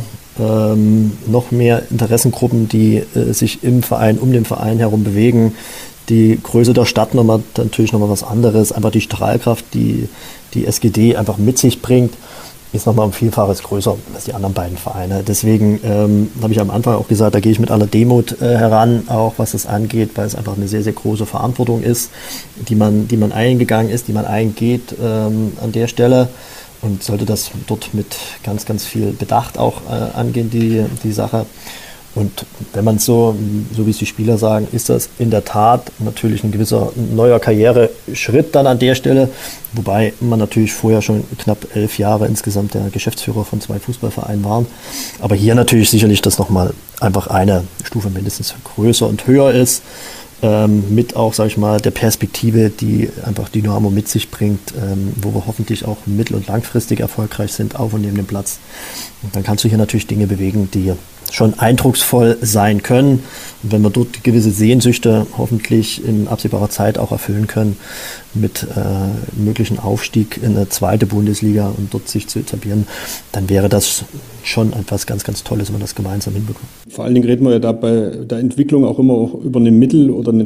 Speaker 4: Noch mehr Interessengruppen, die sich im Verein, um den Verein herum bewegen. Die Größe der Stadt natürlich nochmal was anderes. Einfach die Strahlkraft, die SGD einfach mit sich bringt, ist nochmal um Vielfaches größer als die anderen beiden Vereine. Deswegen habe ich am Anfang auch gesagt, da gehe ich mit aller Demut heran, auch was es angeht, weil es einfach eine sehr, sehr große Verantwortung ist, die man eingegangen ist, die man eingeht an der Stelle. Und sollte das dort mit ganz, ganz viel Bedacht auch angehen, die Sache. Und wenn man so wie es die Spieler sagen, ist das in der Tat natürlich ein gewisser neuer Karriereschritt dann an der Stelle, wobei man natürlich vorher schon knapp 11 Jahre insgesamt der Geschäftsführer von 2 Fußballvereinen waren. Aber hier natürlich sicherlich, dass nochmal einfach eine Stufe mindestens größer und höher ist. mit auch, sage ich mal, der Perspektive, die einfach Dynamo mit sich bringt, wo wir hoffentlich auch mittel- und langfristig erfolgreich sind, auf und neben dem Platz. Und dann kannst du hier natürlich Dinge bewegen, die schon eindrucksvoll sein können. Und wenn wir dort gewisse Sehnsüchte hoffentlich in absehbarer Zeit auch erfüllen können, mit möglichen Aufstieg in eine zweite Bundesliga und dort sich zu etablieren, dann wäre das schon etwas ganz, ganz Tolles, wenn wir das gemeinsam hinbekommen.
Speaker 3: Vor allen Dingen reden wir ja da bei der Entwicklung auch immer auch über eine Mittel- oder eine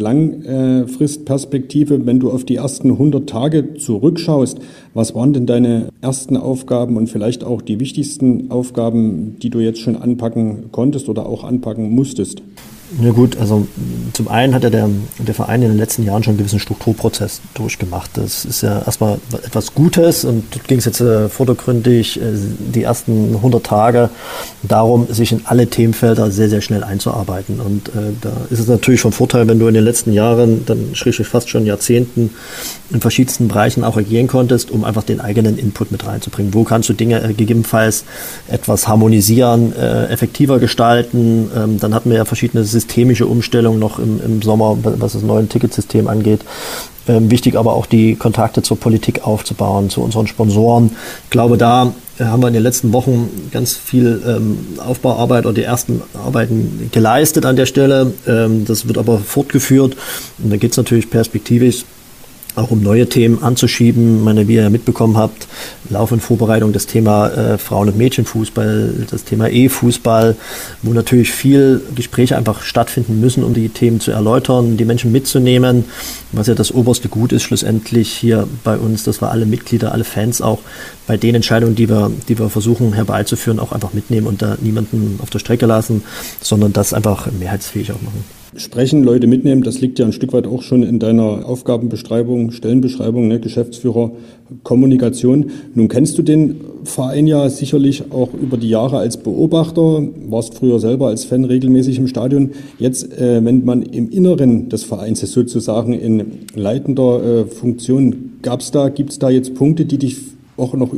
Speaker 3: Langfristperspektive. Wenn du auf die ersten 100 Tage zurückschaust, was waren denn deine ersten Aufgaben und vielleicht auch die wichtigsten Aufgaben, die du jetzt schon anpacken konntest oder auch anpacken musstest?
Speaker 4: Ja gut, also zum einen hat ja der Verein in den letzten Jahren schon einen gewissen Strukturprozess durchgemacht. Das ist ja erstmal etwas Gutes und dort ging es jetzt vordergründig die ersten 100 Tage darum, sich in alle Themenfelder sehr, sehr schnell einzuarbeiten. Und da ist es natürlich von Vorteil, wenn du in den letzten Jahren, dann schrägstrich fast schon Jahrzehnten, in verschiedensten Bereichen auch agieren konntest, um einfach den eigenen Input mit reinzubringen. Wo kannst du Dinge gegebenenfalls etwas harmonisieren, effektiver gestalten? Dann hatten wir ja verschiedene systemische Umstellungen noch im Sommer, was das neue Ticketsystem angeht. Wichtig aber auch die Kontakte zur Politik aufzubauen, zu unseren Sponsoren. Ich glaube, da haben wir in den letzten Wochen ganz viel Aufbauarbeit oder die ersten Arbeiten geleistet an der Stelle. Das wird aber fortgeführt und da geht es natürlich perspektivisch auch um neue Themen anzuschieben. Ich meine, wie ihr ja mitbekommen habt, laufende Vorbereitung das Thema Frauen- und Mädchenfußball, das Thema E-Fußball, wo natürlich viel Gespräche einfach stattfinden müssen, um die Themen zu erläutern, die Menschen mitzunehmen, was ja das oberste Gut ist schlussendlich hier bei uns, dass wir alle Mitglieder, alle Fans auch bei den Entscheidungen, die wir versuchen herbeizuführen, auch einfach mitnehmen und da niemanden auf der Strecke lassen, sondern das einfach mehrheitsfähig auch machen.
Speaker 3: Sprechen, Leute mitnehmen, das liegt ja ein Stück weit auch schon in deiner Aufgabenbeschreibung, Stellenbeschreibung, ne? Geschäftsführer, Kommunikation. Nun kennst du den Verein ja sicherlich auch über die Jahre als Beobachter, warst früher selber als Fan regelmäßig im Stadion. Jetzt, wenn man im Inneren des Vereins ist, sozusagen in leitender Funktion, gibt's da jetzt Punkte, die dich auch noch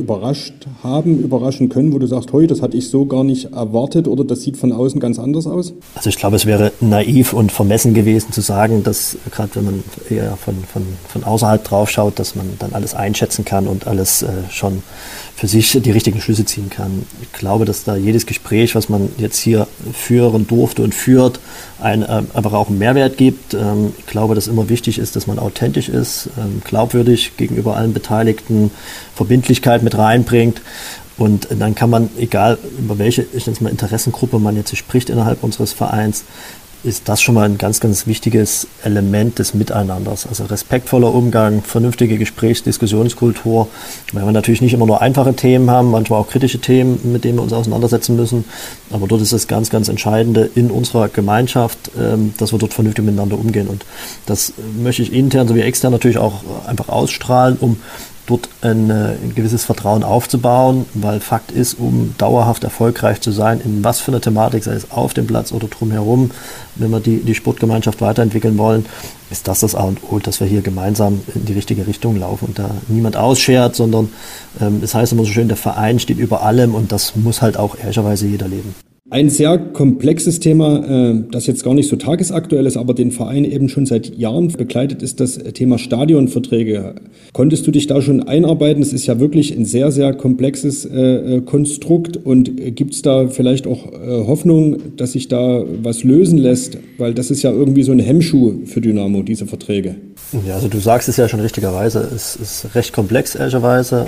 Speaker 3: überraschen können, wo du sagst, hey, das hatte ich so gar nicht erwartet oder das sieht von außen ganz anders aus?
Speaker 4: Also ich glaube, es wäre naiv und vermessen gewesen zu sagen, dass gerade wenn man eher von außerhalb drauf schaut, dass man dann alles einschätzen kann und alles schon für sich die richtigen Schlüsse ziehen kann. Ich glaube, dass da jedes Gespräch, was man jetzt hier führen durfte und führt, einfach auch einen Mehrwert gibt. Ich glaube, dass immer wichtig ist, dass man authentisch ist, glaubwürdig gegenüber allen Beteiligten, Verbindlichkeit mit reinbringt. Und dann kann man, egal über welche Interessengruppe man jetzt spricht innerhalb unseres Vereins, ist das schon mal ein ganz, ganz wichtiges Element des Miteinanders. Also respektvoller Umgang, vernünftige Diskussionskultur, weil wir natürlich nicht immer nur einfache Themen haben, manchmal auch kritische Themen, mit denen wir uns auseinandersetzen müssen. Aber dort ist das ganz, ganz Entscheidende in unserer Gemeinschaft, dass wir dort vernünftig miteinander umgehen. Und das möchte ich intern sowie extern natürlich auch einfach ausstrahlen, um dort ein gewisses Vertrauen aufzubauen, weil Fakt ist, um dauerhaft erfolgreich zu sein, in was für einer Thematik, sei es auf dem Platz oder drumherum, wenn wir die Sportgemeinschaft weiterentwickeln wollen, ist das A und O, dass wir hier gemeinsam in die richtige Richtung laufen und da niemand ausschert, sondern es heißt immer so schön, der Verein steht über allem und das muss halt auch ehrlicherweise jeder leben.
Speaker 3: Ein sehr komplexes Thema, das jetzt gar nicht so tagesaktuell ist, aber den Verein eben schon seit Jahren begleitet, ist das Thema Stadionverträge. Konntest du dich da schon einarbeiten? Es ist ja wirklich ein sehr, sehr komplexes Konstrukt. Und gibt es da vielleicht auch Hoffnung, dass sich da was lösen lässt? Weil das ist ja irgendwie so ein Hemmschuh für Dynamo, diese Verträge.
Speaker 4: Ja, also du sagst es ja schon richtigerweise. Es ist recht komplex, ehrlicherweise.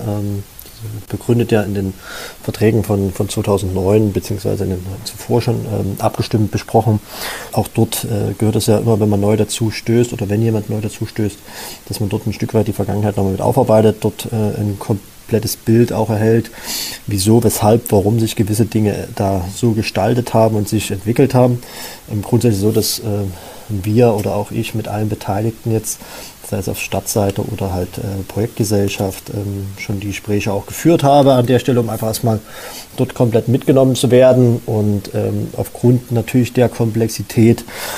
Speaker 4: Begründet ja in den Verträgen von 2009 beziehungsweise in den zuvor schon abgestimmt besprochen. Auch dort gehört es ja immer, wenn man neu dazu stößt oder wenn jemand neu dazu stößt, dass man dort ein Stück weit die Vergangenheit nochmal mit aufarbeitet, dort ein komplettes Bild auch erhält, wieso, weshalb, warum sich gewisse Dinge da so gestaltet haben und sich entwickelt haben. Grundsätzlich so, dass wir oder auch ich mit allen Beteiligten jetzt, sei es auf Stadtseite oder halt Projektgesellschaft, schon die Gespräche auch geführt habe an der Stelle, um einfach erstmal dort komplett mitgenommen zu werden und aufgrund natürlich der Komplexität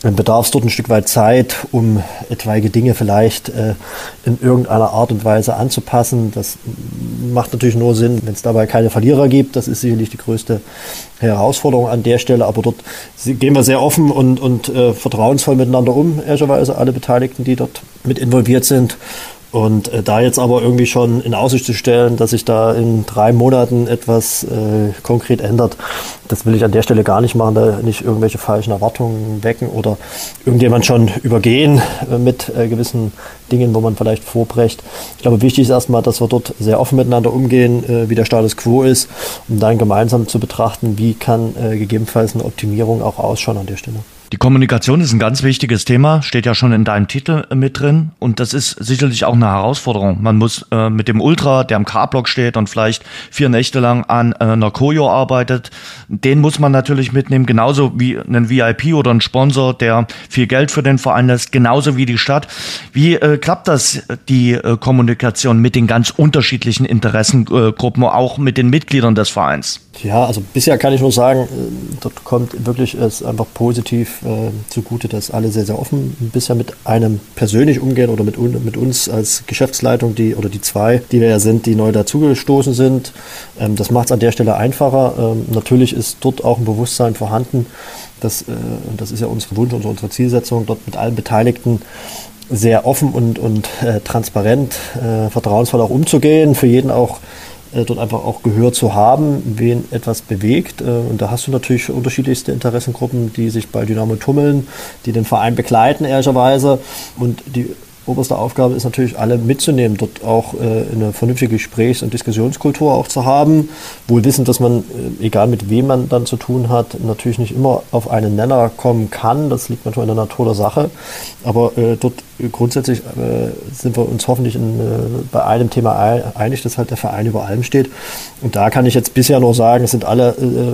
Speaker 4: bedarf es dort ein Stück weit Zeit, um etwaige Dinge vielleicht in irgendeiner Art und Weise anzupassen. Das macht natürlich nur Sinn, wenn es dabei keine Verlierer gibt. Das ist sicherlich die größte Herausforderung an der Stelle. Aber dort gehen wir sehr offen und vertrauensvoll miteinander um, ehrlicherweise alle Beteiligten, die dort mit involviert sind. Und da jetzt aber irgendwie schon in Aussicht zu stellen, dass sich da in 3 Monaten etwas konkret ändert, das will ich an der Stelle gar nicht machen, da nicht irgendwelche falschen Erwartungen wecken oder irgendjemand schon übergehen mit gewissen Dingen, wo man vielleicht vorbrecht. Ich glaube, wichtig ist erstmal, dass wir dort sehr offen miteinander umgehen, wie der Status quo ist, um dann gemeinsam zu betrachten, wie kann gegebenenfalls eine Optimierung auch ausschauen an der Stelle.
Speaker 2: Die Kommunikation ist ein ganz wichtiges Thema, steht ja schon in deinem Titel mit drin und das ist sicherlich auch eine Herausforderung. Man muss mit dem Ultra, der am K-Block steht und vielleicht 4 Nächte lang an einer Choreo arbeitet, den muss man natürlich mitnehmen, genauso wie einen VIP oder einen Sponsor, der viel Geld für den Verein lässt, genauso wie die Stadt. Wie klappt das, die Kommunikation mit den ganz unterschiedlichen Interessengruppen, auch mit den Mitgliedern des Vereins?
Speaker 4: Ja, also bisher kann ich nur sagen, dort kommt wirklich es einfach positiv zugute, dass alle sehr, sehr offen bisher mit einem persönlich umgehen oder mit uns als Geschäftsleitung, die 2, die wir ja sind, die neu dazugestoßen sind. Das macht es an der Stelle einfacher. Natürlich ist dort auch ein Bewusstsein vorhanden, dass, und das ist ja unser Wunsch und unsere Zielsetzung, dort mit allen Beteiligten sehr offen und transparent, vertrauensvoll auch umzugehen, für jeden auch dort einfach auch Gehör zu haben, wen etwas bewegt. Und da hast du natürlich unterschiedlichste Interessengruppen, die sich bei Dynamo tummeln, die den Verein begleiten, ehrlicherweise. Und die oberste Aufgabe ist natürlich, alle mitzunehmen, dort auch eine vernünftige Gesprächs- und Diskussionskultur auch zu haben. Wohl wissend, dass man, egal mit wem man dann zu tun hat, natürlich nicht immer auf einen Nenner kommen kann. Das liegt manchmal in der Natur der Sache. Aber dort grundsätzlich sind wir uns hoffentlich bei einem Thema einig, dass halt der Verein über allem steht. Und da kann ich jetzt bisher nur sagen, es sind alle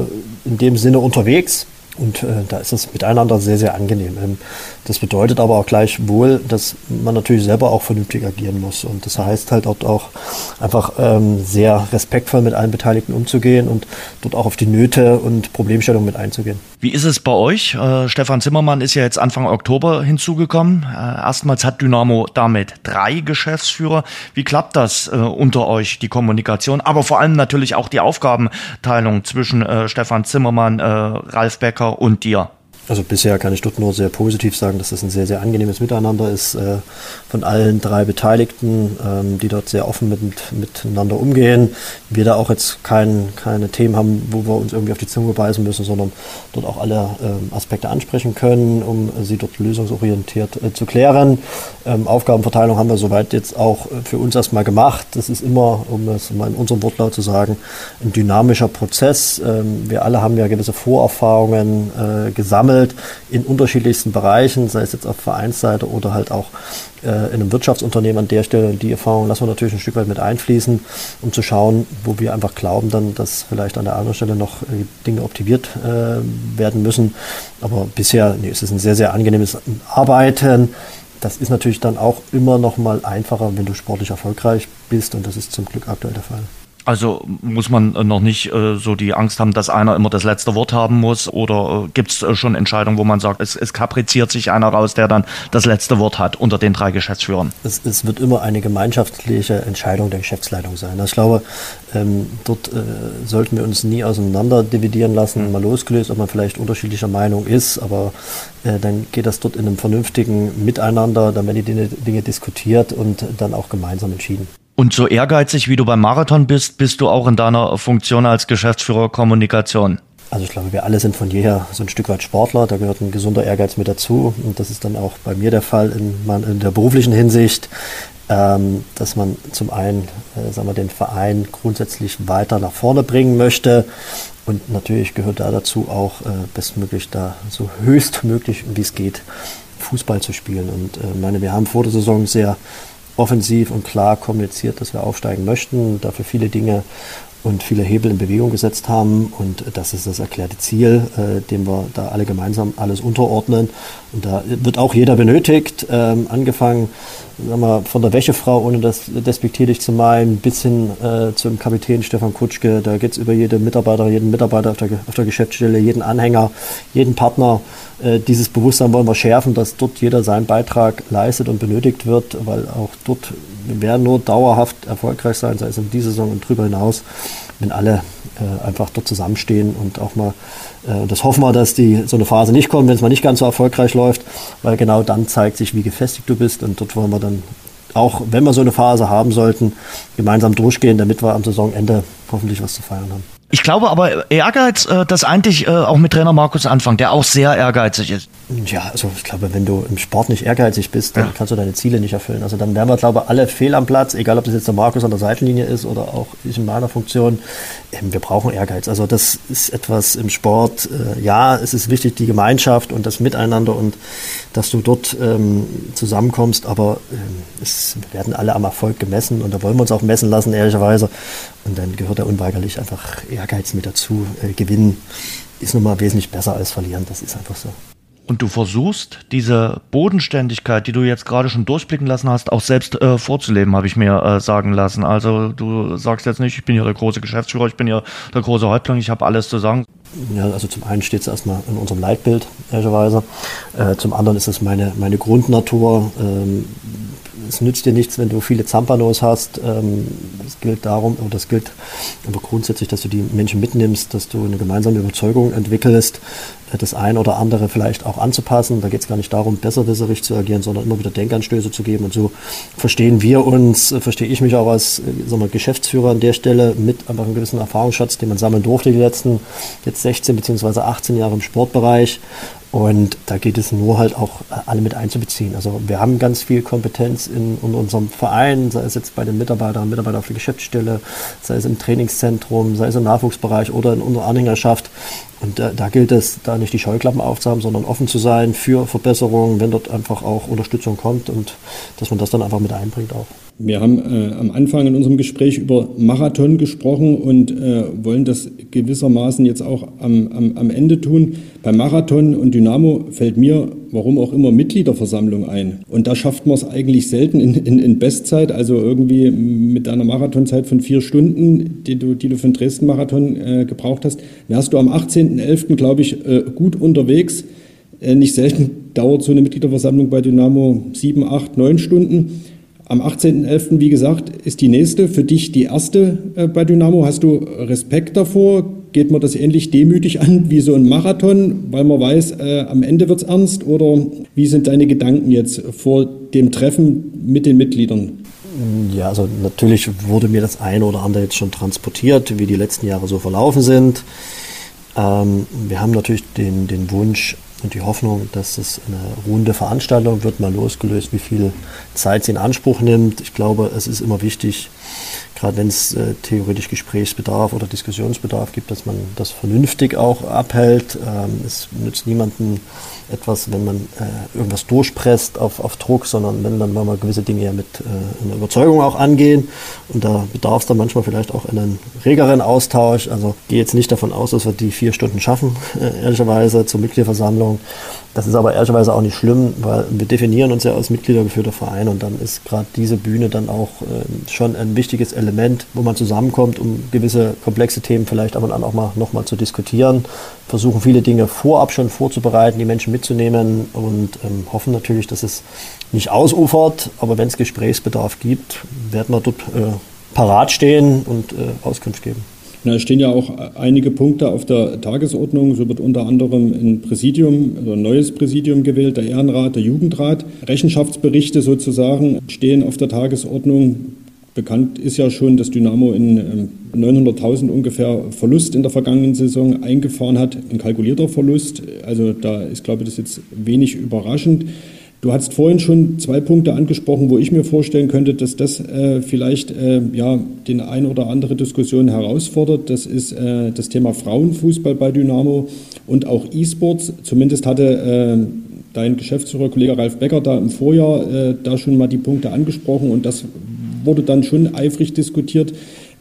Speaker 4: in dem Sinne unterwegs. Und da ist es miteinander sehr, sehr angenehm. Das bedeutet aber auch gleichwohl, dass man natürlich selber auch vernünftig agieren muss. Und das heißt halt dort auch einfach sehr respektvoll mit allen Beteiligten umzugehen und dort auch auf die Nöte und Problemstellungen mit einzugehen.
Speaker 2: Wie ist es bei euch? Stefan Zimmermann ist ja jetzt Anfang Oktober hinzugekommen. Erstmals hat Dynamo damit 3 Geschäftsführer. Wie klappt das unter euch, die Kommunikation? Aber vor allem natürlich auch die Aufgabenteilung zwischen Stefan Zimmermann, Ralf Becker und dir.
Speaker 4: Also bisher kann ich dort nur sehr positiv sagen, dass das ein sehr, sehr angenehmes Miteinander ist von allen 3 Beteiligten, die dort sehr offen miteinander umgehen. Wir da auch jetzt keine Themen haben, wo wir uns irgendwie auf die Zunge beißen müssen, sondern dort auch alle Aspekte ansprechen können, um sie dort lösungsorientiert zu klären. Aufgabenverteilung haben wir soweit jetzt auch für uns erstmal gemacht. Das ist immer, um es mal in unserem Wortlaut zu sagen, ein dynamischer Prozess. Wir alle haben ja gewisse Vorerfahrungen gesammelt in unterschiedlichsten Bereichen, sei es jetzt auf Vereinsseite oder halt auch in einem Wirtschaftsunternehmen an der Stelle. Die Erfahrung lassen wir natürlich ein Stück weit mit einfließen, um zu schauen, wo wir einfach glauben dann, dass vielleicht an der anderen Stelle noch Dinge optimiert werden müssen. Aber bisher ist es ein sehr, sehr angenehmes Arbeiten. Das ist natürlich dann auch immer noch mal einfacher, wenn du sportlich erfolgreich bist und das ist zum Glück aktuell der Fall.
Speaker 2: Also muss man noch nicht so die Angst haben, dass einer immer das letzte Wort haben muss oder gibt es schon Entscheidungen, wo man sagt, es kapriziert sich einer raus, der dann das letzte Wort hat unter den 3 Geschäftsführern?
Speaker 4: Es wird immer eine gemeinschaftliche Entscheidung der Geschäftsleitung sein. Also ich glaube, dort sollten wir uns nie auseinander dividieren lassen, mal losgelöst, ob man vielleicht unterschiedlicher Meinung ist, aber dann geht das dort in einem vernünftigen Miteinander, dann werden die Dinge diskutiert und dann auch gemeinsam entschieden.
Speaker 2: Und so ehrgeizig, wie du beim Marathon bist du auch in deiner Funktion als Geschäftsführer Kommunikation?
Speaker 4: Also ich glaube, wir alle sind von jeher so ein Stück weit Sportler, da gehört ein gesunder Ehrgeiz mit dazu und das ist dann auch bei mir der Fall in der beruflichen Hinsicht, dass man zum einen den Verein grundsätzlich weiter nach vorne bringen möchte und natürlich gehört da dazu auch bestmöglich da so höchstmöglich, wie es geht, Fußball zu spielen. Und wir haben vor der Saison sehr offensiv und klar kommuniziert, dass wir aufsteigen möchten, dafür viele Dinge und viele Hebel in Bewegung gesetzt haben. Und das ist das erklärte Ziel, dem wir da alle gemeinsam alles unterordnen. Und da wird auch jeder benötigt, angefangen, sagen wir, von der Wäschefrau, ohne das despektierlich zu meinen, bis hin zum Kapitän Stefan Kutschke. Da geht es über jeden Mitarbeiter auf der Geschäftsstelle, jeden Anhänger, jeden Partner. Dieses Bewusstsein wollen wir schärfen, dass dort jeder seinen Beitrag leistet und benötigt wird, weil auch dort, wir werden nur dauerhaft erfolgreich sein, sei es in dieser Saison und darüber hinaus, wenn alle einfach dort zusammenstehen und auch mal, das hoffen wir, dass so eine Phase nicht kommt, wenn es mal nicht ganz so erfolgreich läuft, weil genau dann zeigt sich, wie gefestigt du bist, und dort wollen wir dann, auch wenn wir so eine Phase haben sollten, gemeinsam durchgehen, damit wir am Saisonende hoffentlich was zu feiern haben.
Speaker 2: Ich glaube aber, Ehrgeiz, das eigentlich auch mit Trainer Markus Anfang, der auch sehr ehrgeizig ist.
Speaker 4: Ja, also ich glaube, wenn du im Sport nicht ehrgeizig bist, dann kannst du deine Ziele nicht erfüllen. Also dann wären wir, glaube ich, alle fehl am Platz, egal ob das jetzt der Markus an der Seitenlinie ist oder auch ich in meiner Funktion. Wir brauchen Ehrgeiz. Also das ist etwas im Sport, ja, es ist wichtig, die Gemeinschaft und das Miteinander und dass du dort zusammenkommst, aber es werden alle am Erfolg gemessen und da wollen wir uns auch messen lassen, ehrlicherweise. Und dann gehört da unweigerlich einfach Ehrgeiz mit dazu. Gewinnen ist nun mal wesentlich besser als verlieren, das ist einfach so.
Speaker 2: Und du versuchst, diese Bodenständigkeit, die du jetzt gerade schon durchblicken lassen hast, auch selbst vorzuleben, habe ich mir sagen lassen. Also du sagst jetzt nicht, ich bin hier der große Geschäftsführer, ich bin hier der große Häuptling, ich habe alles zu sagen.
Speaker 4: Ja, also zum einen steht es erstmal in unserem Leitbild, ehrlicherweise. Zum anderen ist es meine Grundnatur. Es nützt dir nichts, wenn du viele Zampanos hast. Es gilt darum, oder das gilt aber grundsätzlich, dass du die Menschen mitnimmst, dass du eine gemeinsame Überzeugung entwickelst, das ein oder andere vielleicht auch anzupassen. Da geht es gar nicht darum, besserwisserig zu agieren, sondern immer wieder Denkanstöße zu geben. Und so verstehe ich mich auch als Geschäftsführer an der Stelle mit einfach einem gewissen Erfahrungsschatz, den man sammeln durfte die letzten jetzt 16 bzw. 18 Jahre im Sportbereich. Und da geht es nur halt auch alle mit einzubeziehen. Also wir haben ganz viel Kompetenz in unserem Verein, sei es jetzt bei den Mitarbeiter auf der Geschäftsstelle, sei es im Trainingszentrum, sei es im Nachwuchsbereich oder in unserer Anhängerschaft. Und da gilt es, da nicht die Scheuklappen aufzuhaben, sondern offen zu sein für Verbesserungen, wenn dort einfach auch Unterstützung kommt und dass man das dann einfach mit einbringt auch.
Speaker 3: Wir haben am Anfang in unserem Gespräch über Marathon gesprochen und wollen das gewissermaßen jetzt auch am Ende tun. Beim Marathon und Dynamo fällt mir, warum auch immer, Mitgliederversammlung ein. Und da schafft man es eigentlich selten in Bestzeit, also irgendwie mit einer Marathonzeit von 4 Stunden, die du für den Dresden-Marathon gebraucht hast, wärst du am 18.11., glaube ich, gut unterwegs. Nicht selten dauert so eine Mitgliederversammlung bei Dynamo 7, 8, 9 Stunden. Am 18.11., wie gesagt, ist die nächste, für dich die erste bei Dynamo. Hast du Respekt davor? Geht man das ähnlich demütig an wie so ein Marathon, weil man weiß, am Ende wird es ernst? Oder wie sind deine Gedanken jetzt vor dem Treffen mit den Mitgliedern?
Speaker 4: Ja, also natürlich wurde mir das eine oder andere jetzt schon transportiert, wie die letzten Jahre so verlaufen sind. Wir haben natürlich den Wunsch und die Hoffnung, dass es eine runde Veranstaltung wird, mal losgelöst, wie viel Zeit sie in Anspruch nimmt. Ich glaube, es ist immer wichtig, gerade wenn es theoretisch Gesprächsbedarf oder Diskussionsbedarf gibt, dass man das vernünftig auch abhält. Es nützt niemandem etwas, wenn man irgendwas durchpresst auf Druck, sondern wenn dann mal gewisse Dinge ja mit einer Überzeugung auch angehen. Und da bedarf es dann manchmal vielleicht auch einen regeren Austausch. Also gehe jetzt nicht davon aus, dass wir die 4 Stunden schaffen, ehrlicherweise, zur Mitgliederversammlung. Das ist aber ehrlicherweise auch nicht schlimm, weil wir definieren uns ja als mitgliedergeführter Verein und dann ist gerade diese Bühne dann auch schon ein wichtiges Element, wo man zusammenkommt, um gewisse komplexe Themen vielleicht ab und an auch mal nochmal zu diskutieren. Versuchen viele Dinge vorab schon vorzubereiten, die Menschen mitzunehmen und hoffen natürlich, dass es nicht ausufert, aber wenn es Gesprächsbedarf gibt, werden wir dort parat stehen und Auskunft geben.
Speaker 3: Es stehen ja auch einige Punkte auf der Tagesordnung. So wird unter anderem ein Präsidium, also ein neues Präsidium gewählt, der Ehrenrat, der Jugendrat. Rechenschaftsberichte sozusagen stehen auf der Tagesordnung. Bekannt ist ja schon, dass Dynamo in 900.000 ungefähr Verlust in der vergangenen Saison eingefahren hat. Ein kalkulierter Verlust. Also da ist, glaube ich, das jetzt wenig überraschend. Du hast vorhin schon 2 Punkte angesprochen, wo ich mir vorstellen könnte, dass das vielleicht den ein oder andere Diskussion herausfordert. Das ist das Thema Frauenfußball bei Dynamo und auch E-Sports. Zumindest hatte dein Geschäftsführer, Kollege Ralf Becker, da im Vorjahr da schon mal die Punkte angesprochen und das wurde dann schon eifrig diskutiert.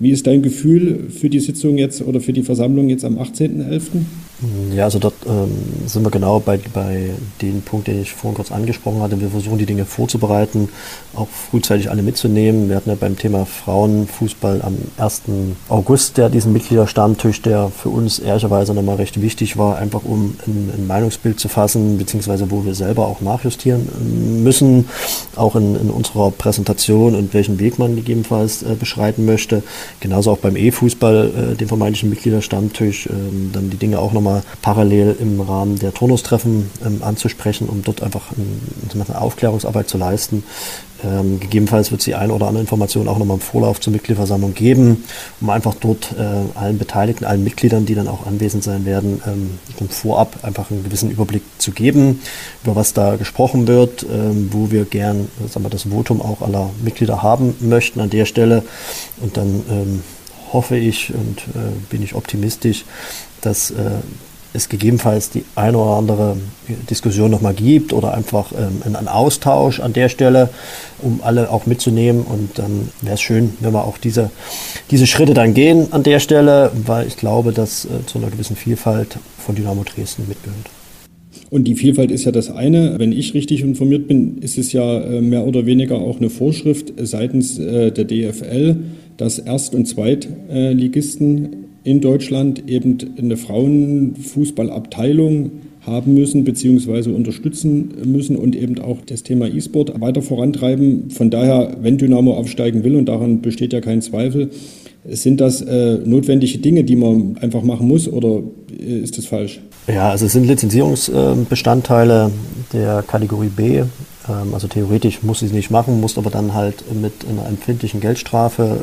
Speaker 3: Wie ist dein Gefühl für die Sitzung jetzt oder für die Versammlung jetzt am 18.11.?
Speaker 4: Ja, also dort sind wir genau bei den Punkten, den ich vorhin kurz angesprochen hatte. Wir versuchen, die Dinge vorzubereiten, auch frühzeitig alle mitzunehmen. Wir hatten ja beim Thema Frauenfußball am 1. August diesen Mitgliederstammtisch, der für uns ehrlicherweise nochmal recht wichtig war, einfach um ein Meinungsbild zu fassen, beziehungsweise wo wir selber auch nachjustieren müssen, auch in unserer Präsentation und welchen Weg man gegebenenfalls beschreiten möchte. Genauso auch beim E-Fußball, dem vermeintlichen Mitgliederstammtisch, dann die Dinge auch nochmal parallel im Rahmen der Turnustreffen anzusprechen, um dort einfach eine Aufklärungsarbeit zu leisten. Gegebenenfalls wird es die eine oder andere Information auch nochmal im Vorlauf zur Mitgliederversammlung geben, um einfach dort allen Beteiligten, allen Mitgliedern, die dann auch anwesend sein werden, vorab einfach einen gewissen Überblick zu geben, über was da gesprochen wird, wo wir gern das Votum auch aller Mitglieder haben möchten an der Stelle. Und dann hoffe ich und bin ich optimistisch, dass es gegebenenfalls die eine oder andere Diskussion nochmal gibt oder einfach einen Austausch an der Stelle, um alle auch mitzunehmen. Und dann wäre es schön, wenn wir auch diese Schritte dann gehen an der Stelle, weil ich glaube, dass zu einer gewissen Vielfalt von Dynamo Dresden mitgehört.
Speaker 3: Und die Vielfalt ist ja das eine. Wenn ich richtig informiert bin, ist es ja mehr oder weniger auch eine Vorschrift seitens der DFL, dass Erst- und Zweitligisten in Deutschland eben eine Frauenfußballabteilung haben müssen bzw. unterstützen müssen und eben auch das Thema E-Sport weiter vorantreiben. Von daher, wenn Dynamo aufsteigen will, und daran besteht ja kein Zweifel, sind das notwendige Dinge, die man einfach machen muss, oder ist das falsch?
Speaker 4: Ja, also es sind Lizenzierungsbestandteile der Kategorie B. Also theoretisch muss sie es nicht machen, muss aber dann halt mit einer empfindlichen Geldstrafe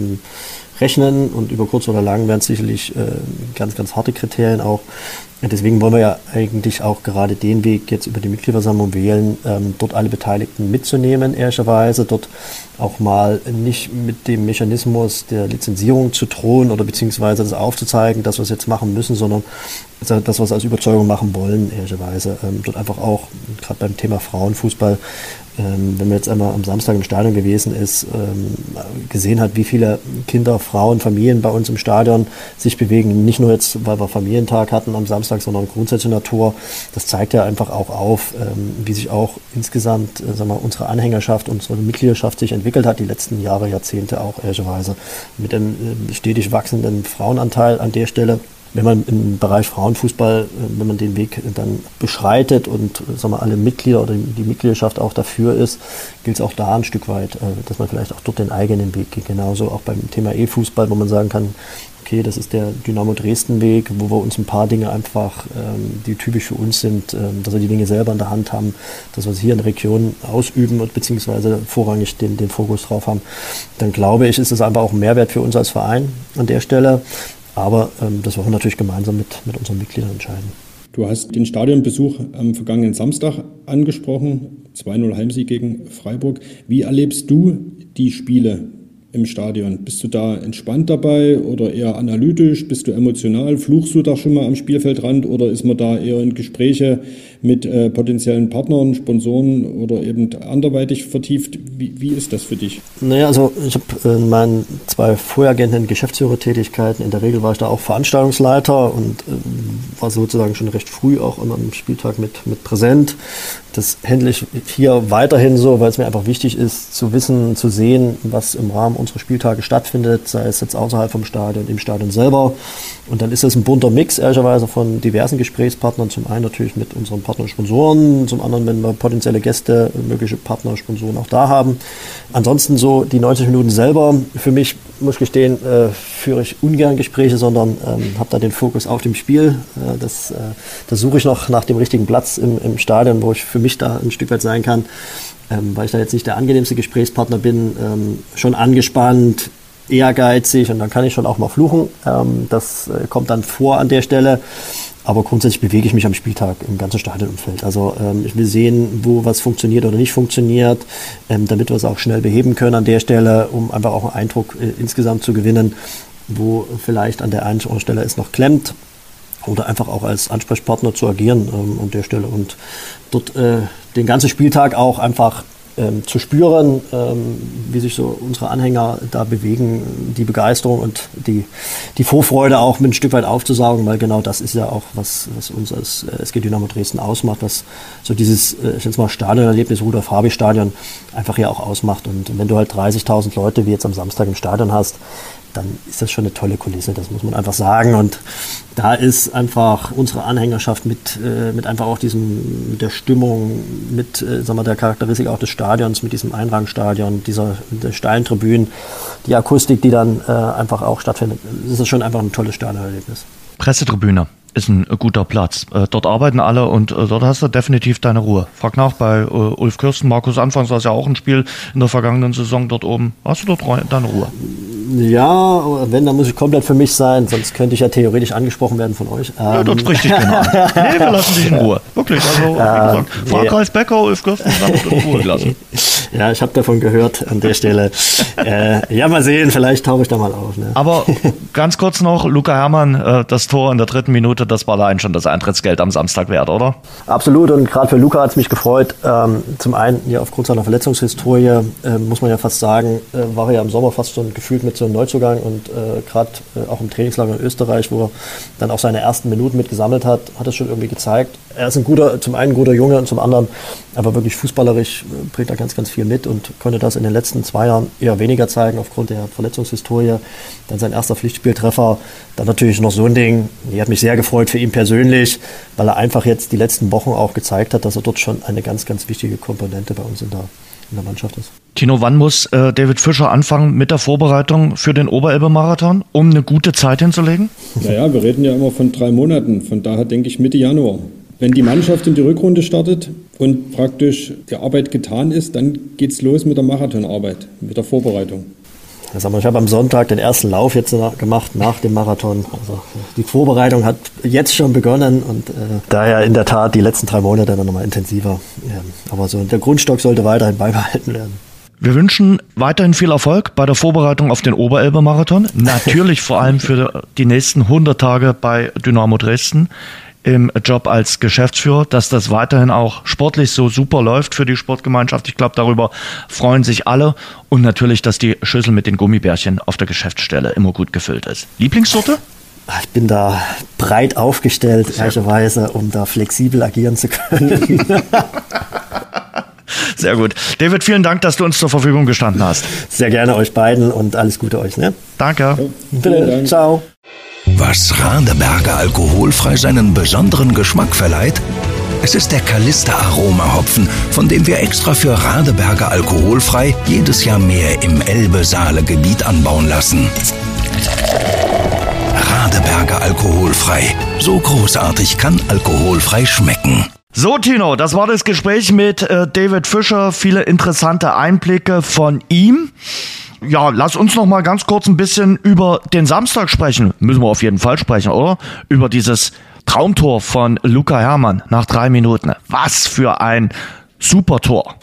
Speaker 4: rechnen, und über kurz oder lang werden es sicherlich ganz, ganz harte Kriterien auch. Und deswegen wollen wir ja eigentlich auch gerade den Weg jetzt über die Mitgliederversammlung wählen, dort alle Beteiligten mitzunehmen, ehrlicherweise, dort auch mal nicht mit dem Mechanismus der Lizenzierung zu drohen oder beziehungsweise das aufzuzeigen, dass wir es jetzt machen müssen, sondern dass wir es als Überzeugung machen wollen, ehrlicherweise. Dort einfach auch, gerade beim Thema Frauenfußball, wenn man jetzt einmal am Samstag im Stadion gewesen ist, gesehen hat, wie viele Kinder, Frauen, Familien bei uns im Stadion sich bewegen, nicht nur jetzt, weil wir Familientag hatten am Samstag, sondern grundsätzlich Natur. Das zeigt ja einfach auch auf, wie sich auch insgesamt unsere Anhängerschaft, unsere Mitgliedschaft sich entwickelt hat, die letzten Jahre, Jahrzehnte auch ehrlicherweise, mit einem stetig wachsenden Frauenanteil an der Stelle. Wenn man im Bereich Frauenfußball, wenn man den Weg dann beschreitet und alle Mitglieder oder die Mitgliedschaft auch dafür ist, gilt es auch da ein Stück weit, dass man vielleicht auch dort den eigenen Weg geht. Genauso auch beim Thema E-Fußball, wo man sagen kann, okay, das ist der Dynamo Dresden Weg, wo wir uns ein paar Dinge einfach, die typisch für uns sind, dass wir die Dinge selber in der Hand haben, dass wir es hier in der Region ausüben und beziehungsweise vorrangig den Fokus drauf haben. Dann glaube ich, ist es einfach auch ein Mehrwert für uns als Verein an der Stelle. Aber das wollen wir natürlich gemeinsam mit unseren Mitgliedern entscheiden.
Speaker 3: Du hast den Stadionbesuch am vergangenen Samstag angesprochen, 2-0 Heimsieg gegen Freiburg. Wie erlebst du die Spiele im Stadion? Bist du da entspannt dabei oder eher analytisch? Bist du emotional? Fluchst du da schon mal am Spielfeldrand oder ist man da eher in Gespräche mit potenziellen Partnern, Sponsoren oder eben anderweitig vertieft? Wie ist das für dich?
Speaker 4: Naja, also ich habe in meinen 2 vorhergehenden Geschäftsführertätigkeiten, in der Regel war ich da auch Veranstaltungsleiter und war sozusagen schon recht früh auch am Spieltag mit präsent. Das handle ich hier weiterhin so, weil es mir einfach wichtig ist, zu wissen, zu sehen, was im Rahmen unserer Spieltage stattfindet, sei es jetzt außerhalb vom Stadion, im Stadion selber. Und dann ist es ein bunter Mix, ehrlicherweise, von diversen Gesprächspartnern. Zum einen natürlich mit unseren Partnern und Sponsoren, zum anderen, wenn wir potenzielle Gäste, mögliche Partner, Sponsoren auch da haben. Ansonsten so die 90 Minuten selber, für mich, muss ich gestehen, führe ich ungern Gespräche, sondern habe da den Fokus auf dem Spiel. Da suche ich noch nach dem richtigen Platz im Stadion, wo ich für mich da ein Stück weit sein kann, weil ich da jetzt nicht der angenehmste Gesprächspartner bin, schon angespannt, ehrgeizig und dann kann ich schon auch mal fluchen. Das kommt dann vor an der Stelle. Aber grundsätzlich bewege ich mich am Spieltag im ganzen Stadionumfeld. Also ich will sehen, wo was funktioniert oder nicht funktioniert, damit wir es auch schnell beheben können an der Stelle, um einfach auch einen Eindruck insgesamt zu gewinnen, wo vielleicht an der einen oder anderen Stelle es noch klemmt. Oder einfach auch als Ansprechpartner zu agieren an der Stelle und dort den ganzen Spieltag auch einfach zu spüren, wie sich so unsere Anhänger da bewegen, die Begeisterung und die Vorfreude auch mit ein Stück weit aufzusaugen, weil genau das ist ja auch, was uns als SG Dynamo Dresden ausmacht, was so dieses, ich nenne es mal Stadionerlebnis, Rudolf-Habich-Stadion einfach ja auch ausmacht. Und wenn du halt 30.000 Leute wie jetzt am Samstag im Stadion hast, dann ist das schon eine tolle Kulisse, das muss man einfach sagen. Und da ist einfach unsere Anhängerschaft mit einfach auch mit der Stimmung, mit sagen wir, der Charakteristik auch des Stadions, mit diesem Einrangstadion, der steilen Tribünen, die Akustik, die dann einfach auch stattfindet, das ist schon einfach ein tolles Stadionerlebnis.
Speaker 2: Pressetribüne ist ein guter Platz. Dort arbeiten alle und dort hast du definitiv deine Ruhe. Frag nach bei Ulf Kirsten, Markus Anfangs war es ja auch ein Spiel in der vergangenen Saison dort oben. Hast du dort deine Ruhe?
Speaker 4: Ja, wenn, dann muss ich komplett für mich sein, sonst könnte ich ja theoretisch angesprochen werden von euch.
Speaker 2: Ja, dort spricht dich keiner an. Nee, wir lassen dich in Ruhe. Wirklich, also wie gesagt, frag Ralf Becker, Ulf Kirsten, dann wird in Ruhe gelassen.
Speaker 4: Ja, ich habe davon gehört an der Stelle. Ja, mal sehen, vielleicht tauche ich da mal auf. Ne?
Speaker 2: Aber ganz kurz noch, Luca Herrmann, das Tor in der 3. Minute, das war allein schon das Eintrittsgeld am Samstag wert, oder?
Speaker 4: Absolut, und gerade für Luca hat es mich gefreut. Zum einen, ja, aufgrund seiner Verletzungshistorie, muss man ja fast sagen, war er ja im Sommer fast schon gefühlt mit so einem Neuzugang und gerade auch im Trainingslager in Österreich, wo er dann auch seine ersten Minuten mit gesammelt hat, hat es schon irgendwie gezeigt. Er ist zum einen ein guter Junge und zum anderen aber wirklich fußballerisch bringt er ganz, ganz viel mit und konnte das in den letzten 2 Jahren eher weniger zeigen aufgrund der Verletzungshistorie. Dann sein erster Pflichtspieltreffer, dann natürlich noch so ein Ding. Die hat mich sehr gefreut für ihn persönlich, weil er einfach jetzt die letzten Wochen auch gezeigt hat, dass er dort schon eine ganz, ganz wichtige Komponente bei uns in der Mannschaft ist.
Speaker 2: Tino, wann muss David Fischer anfangen mit der Vorbereitung für den Oberelbe-Marathon, um eine gute Zeit hinzulegen?
Speaker 3: Naja, wir reden ja immer von 3 Monaten. Von daher denke ich Mitte Januar. Wenn die Mannschaft in die Rückrunde startet und praktisch die Arbeit getan ist, dann geht's los mit der Marathonarbeit, mit der Vorbereitung.
Speaker 4: Ich habe am Sonntag den ersten Lauf jetzt gemacht nach dem Marathon. Also die Vorbereitung hat jetzt schon begonnen und daher in der Tat die letzten 3 Monate dann nochmal intensiver. Ja, aber so der Grundstock sollte weiterhin beibehalten werden.
Speaker 2: Wir wünschen weiterhin viel Erfolg bei der Vorbereitung auf den Oberelbe-Marathon. Natürlich vor allem für die nächsten 100 Tage bei Dynamo Dresden im Job als Geschäftsführer, dass das weiterhin auch sportlich so super läuft für die Sportgemeinschaft. Ich glaube, darüber freuen sich alle. Und natürlich, dass die Schüssel mit den Gummibärchen auf der Geschäftsstelle immer gut gefüllt ist. Lieblingssorte?
Speaker 4: Ich bin da breit aufgestellt, ehrlicherweise, um da flexibel agieren zu können.
Speaker 2: Sehr gut. David, vielen Dank, dass du uns zur Verfügung gestanden hast.
Speaker 4: Sehr gerne euch beiden und alles Gute euch. Ne?
Speaker 2: Danke.
Speaker 4: Bitte, ciao.
Speaker 1: Was Radeberger alkoholfrei seinen besonderen Geschmack verleiht? Es ist der Kalista Aroma Hopfen, von dem wir extra für Radeberger alkoholfrei jedes Jahr mehr im Elbe-Saale-Gebiet anbauen lassen. Radeberger alkoholfrei. So großartig kann alkoholfrei schmecken.
Speaker 2: So, Tino, das war das Gespräch mit David Fischer. Viele interessante Einblicke von ihm. Ja, lass uns noch mal ganz kurz ein bisschen über den Samstag sprechen. Müssen wir auf jeden Fall sprechen, oder? Über dieses Traumtor von Luca Herrmann nach 3 Minuten. Was für ein super Tor.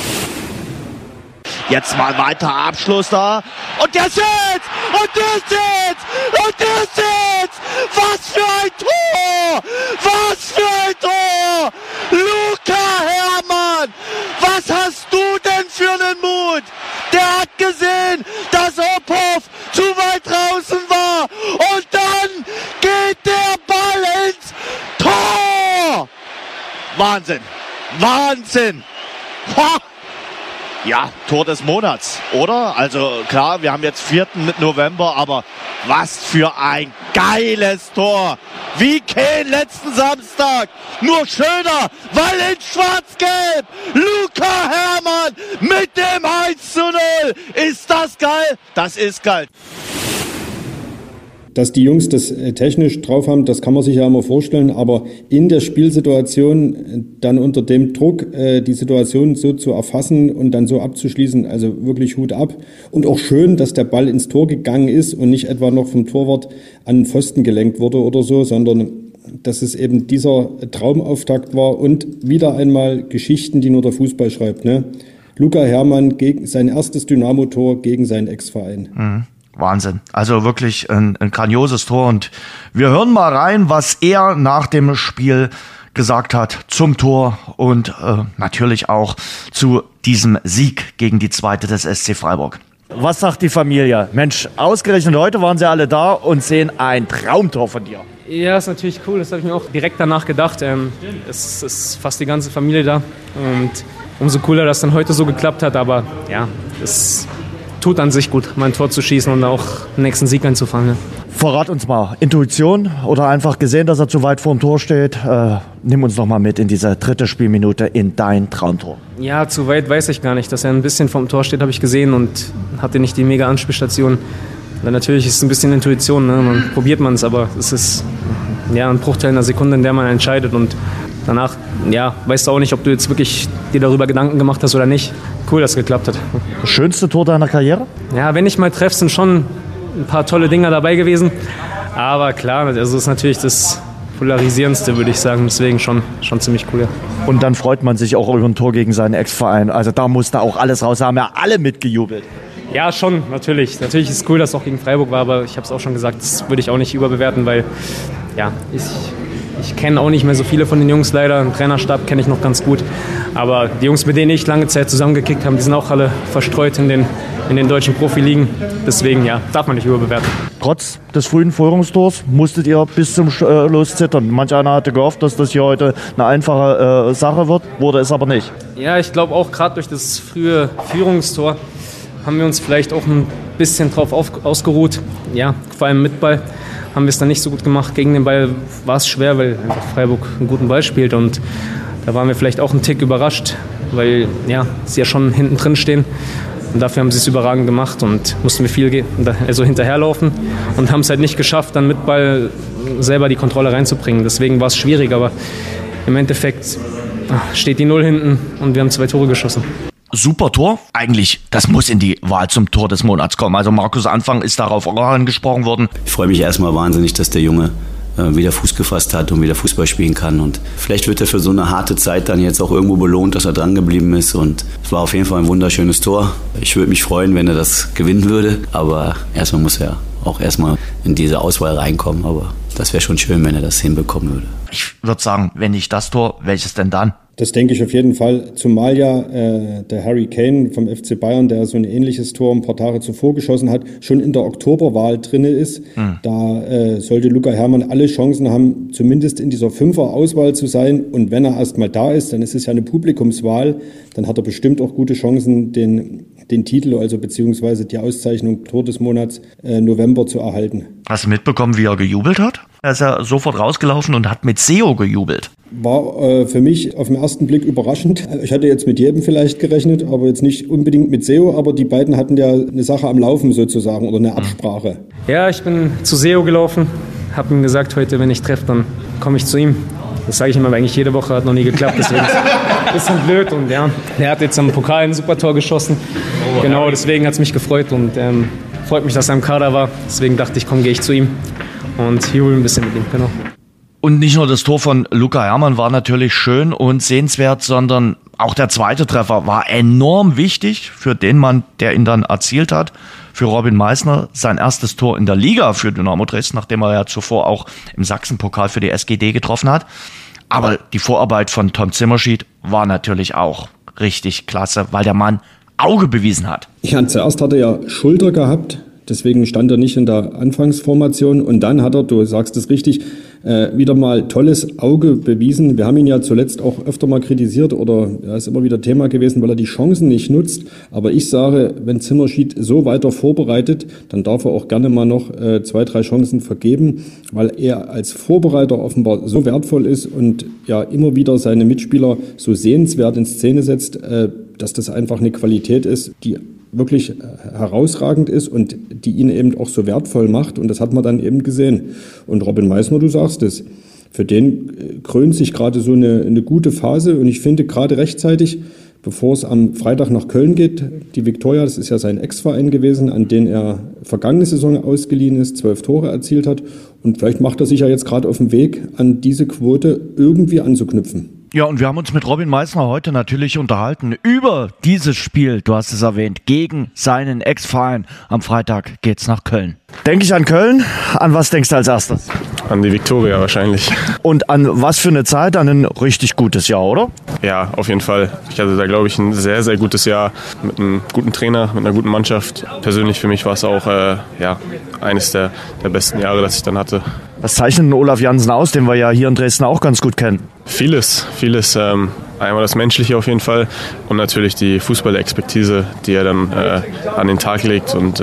Speaker 5: Jetzt mal weiter Abschluss da. Und der sitzt! Und der sitzt! Und der sitzt! Was für ein Tor! Was für ein Tor! Luca Herrmann! Was hast du denn für einen Mut? Der hat gesehen, dass Ophoff zu weit draußen war. Und dann geht der Ball ins Tor! Wahnsinn! Wahnsinn! Ha! Ja, Tor des Monats, oder? Also klar, wir haben jetzt 4. November, aber was für ein geiles Tor. Wie kein letzten Samstag. Nur schöner, weil in schwarz-gelb Luca Herrmann mit dem 1:0. Ist das geil? Das ist geil.
Speaker 3: Dass die Jungs das technisch drauf haben, das kann man sich ja immer vorstellen, aber in der Spielsituation dann unter dem Druck die Situation so zu erfassen und dann so abzuschließen, also wirklich Hut ab. Und auch schön, dass der Ball ins Tor gegangen ist und nicht etwa noch vom Torwart an den Pfosten gelenkt wurde oder so, sondern dass es eben dieser Traumauftakt war und wieder einmal Geschichten, die nur der Fußball schreibt. Ne? Luca Herrmann gegen sein erstes Dynamo-Tor gegen seinen Ex-Verein.
Speaker 2: Mhm. Wahnsinn. Also wirklich ein grandioses Tor. Und wir hören mal rein, was er nach dem Spiel gesagt hat zum Tor und natürlich auch zu diesem Sieg gegen die Zweite des SC Freiburg. Was sagt die Familie? Mensch, ausgerechnet heute waren sie alle da und sehen ein Traumtor von dir.
Speaker 6: Ja, ist natürlich cool. Das habe ich mir auch direkt danach gedacht. Es ist fast die ganze Familie da. Und umso cooler, dass dann heute so geklappt hat. Aber ja, es tut an sich gut, mal ein Tor zu schießen und auch den nächsten Sieg einzufangen. Ne?
Speaker 2: Verrat uns mal, Intuition oder einfach gesehen, dass er zu weit vor dem Tor steht? Nimm uns noch mal mit in diese dritte Spielminute in dein Traumtor.
Speaker 6: Ja, zu weit weiß ich gar nicht. Dass er ein bisschen vom Tor steht, habe ich gesehen und hatte nicht die mega Anspielstation. Natürlich ist es ein bisschen Intuition, ne? Probiert man es, aber es ist ja ein Bruchteil einer Sekunde, in der man entscheidet und danach weißt du auch nicht, ob du jetzt wirklich dir darüber Gedanken gemacht hast oder nicht. Cool, dass es geklappt hat.
Speaker 2: Das schönste Tor deiner Karriere?
Speaker 6: Ja, wenn ich mal treffe, sind schon ein paar tolle Dinger dabei gewesen, aber klar, also ist natürlich das Polarisierendste, würde ich sagen, deswegen schon ziemlich cool. Ja.
Speaker 2: Und dann freut man sich auch über ein Tor gegen seinen Ex-Verein, also da musste auch alles raus, haben ja alle mitgejubelt.
Speaker 6: Ja, schon, natürlich. Natürlich ist es cool, dass es auch gegen Freiburg war, aber ich habe es auch schon gesagt, das würde ich auch nicht überbewerten, weil ja, ich kenne auch nicht mehr so viele von den Jungs leider. Den Trainerstab kenne ich noch ganz gut. Aber die Jungs, mit denen ich lange Zeit zusammengekickt habe, die sind auch alle verstreut in den deutschen Profiligen. Deswegen, ja, darf man nicht überbewerten.
Speaker 2: Trotz des frühen Führungstors musstet ihr bis zum Schluss zittern. Manch einer hatte gehofft, dass das hier heute eine einfache Sache wird, wurde es aber nicht.
Speaker 6: Ja, ich glaube auch gerade durch das frühe Führungstor haben wir uns vielleicht auch ein bisschen drauf ausgeruht. Ja, vor allem mit Ball haben wir es dann nicht so gut gemacht. Gegen den Ball war es schwer, weil einfach Freiburg einen guten Ball spielt. Und da waren wir vielleicht auch einen Tick überrascht, weil ja, sie ja schon hinten drin stehen. Und dafür haben sie es überragend gemacht und mussten wir viel hinterherlaufen und haben es halt nicht geschafft, dann mit Ball selber die Kontrolle reinzubringen. Deswegen war es schwierig, aber im Endeffekt steht die 0 hinten und wir haben 2 Tore geschossen.
Speaker 2: Super Tor. Eigentlich, das muss in die Wahl zum Tor des Monats kommen. Also Markus Anfang ist darauf auch angesprochen worden.
Speaker 7: Ich freue mich erstmal wahnsinnig, dass der Junge wieder Fuß gefasst hat und wieder Fußball spielen kann. Und vielleicht wird er für so eine harte Zeit dann jetzt auch irgendwo belohnt, dass er dran geblieben ist. Und es war auf jeden Fall ein wunderschönes Tor. Ich würde mich freuen, wenn er das gewinnen würde. Aber erstmal muss er auch erstmal in diese Auswahl reinkommen. Aber das wäre schon schön, wenn er das hinbekommen würde.
Speaker 2: Ich würde sagen, wenn nicht das Tor, welches denn dann?
Speaker 3: Das denke ich auf jeden Fall, zumal ja der Harry Kane vom FC Bayern, der so ein ähnliches Tor ein paar Tage zuvor geschossen hat, schon in der Oktoberwahl drinne ist. Da sollte Luca Herrmann alle Chancen haben, zumindest in dieser 5er-Auswahl zu sein. Und wenn er erst mal da ist, dann ist es ja eine Publikumswahl, dann hat er bestimmt auch gute Chancen, den Titel, also beziehungsweise die Auszeichnung Tor des Monats November zu erhalten.
Speaker 2: Hast du mitbekommen, wie er gejubelt hat? Er ist ja sofort rausgelaufen und hat mit Seo gejubelt.
Speaker 3: War für mich auf den ersten Blick überraschend. Ich hatte jetzt mit jedem vielleicht gerechnet, aber jetzt nicht unbedingt mit Seo, aber die beiden hatten ja eine Sache am Laufen sozusagen oder eine Absprache.
Speaker 6: Ja, ich bin zu Seo gelaufen, habe ihm gesagt, heute, wenn ich treffe, dann komme ich zu ihm. Das sage ich ihm aber eigentlich jede Woche, hat noch nie geklappt, deswegen ist es ein bisschen blöd. Und ja, er hat jetzt am Pokal ein super Tor geschossen. Genau, deswegen hat es mich gefreut und freut mich, dass er im Kader war. Deswegen dachte ich, komm, gehe ich zu ihm und jubel ein bisschen mit ihm, genau.
Speaker 2: Und nicht nur das Tor von Luca Herrmann war natürlich schön und sehenswert, sondern auch der zweite Treffer war enorm wichtig für den Mann, der ihn dann erzielt hat. Für Robin Meissner sein erstes Tor in der Liga für Dynamo Dresden, nachdem er ja zuvor auch im Sachsenpokal für die SGD getroffen hat. Aber die Vorarbeit von Tom Zimmerschied war natürlich auch richtig klasse, weil der Mann Auge bewiesen hat.
Speaker 3: Ja, zuerst hat er ja Schulter gehabt. Deswegen stand er nicht in der Anfangsformation und dann hat er, du sagst es richtig, wieder mal tolles Auge bewiesen. Wir haben ihn ja zuletzt auch öfter mal kritisiert oder er ist immer wieder Thema gewesen, weil er die Chancen nicht nutzt. Aber ich sage, wenn Zimmerschied so weiter vorbereitet, dann darf er auch gerne mal noch 2, 3 Chancen vergeben, weil er als Vorbereiter offenbar so wertvoll ist und ja immer wieder seine Mitspieler so sehenswert in Szene setzt, dass das einfach eine Qualität ist, die wirklich herausragend ist und die ihn eben auch so wertvoll macht. Und das hat man dann eben gesehen. Und Robin Meissner, du sagst es, für den krönt sich gerade so eine gute Phase. Und ich finde gerade rechtzeitig, bevor es am Freitag nach Köln geht, die Viktoria, das ist ja sein Ex-Verein gewesen, an den er vergangene Saison ausgeliehen ist, 12 Tore erzielt hat. Und vielleicht macht er sich ja jetzt gerade auf den Weg, an diese Quote irgendwie anzuknüpfen.
Speaker 2: Ja, und wir haben uns mit Robin Meissner heute natürlich unterhalten über dieses Spiel, du hast es erwähnt, gegen seinen Ex-Verein. Am Freitag geht's nach Köln. Denke ich an Köln, an was denkst du als erstes?
Speaker 8: An die Viktoria wahrscheinlich.
Speaker 2: Und an was für eine Zeit? An ein richtig gutes Jahr, oder?
Speaker 8: Ja, auf jeden Fall. Ich hatte da, glaube ich, ein sehr, sehr gutes Jahr mit einem guten Trainer, mit einer guten Mannschaft. Persönlich für mich war es auch eines der besten Jahre, das ich dann hatte.
Speaker 2: Was zeichnet denn Olaf Jansen aus, den wir ja hier in Dresden auch ganz gut kennen?
Speaker 8: Vieles. Einmal das Menschliche auf jeden Fall und natürlich die Fußballexpertise, die er dann an den Tag legt und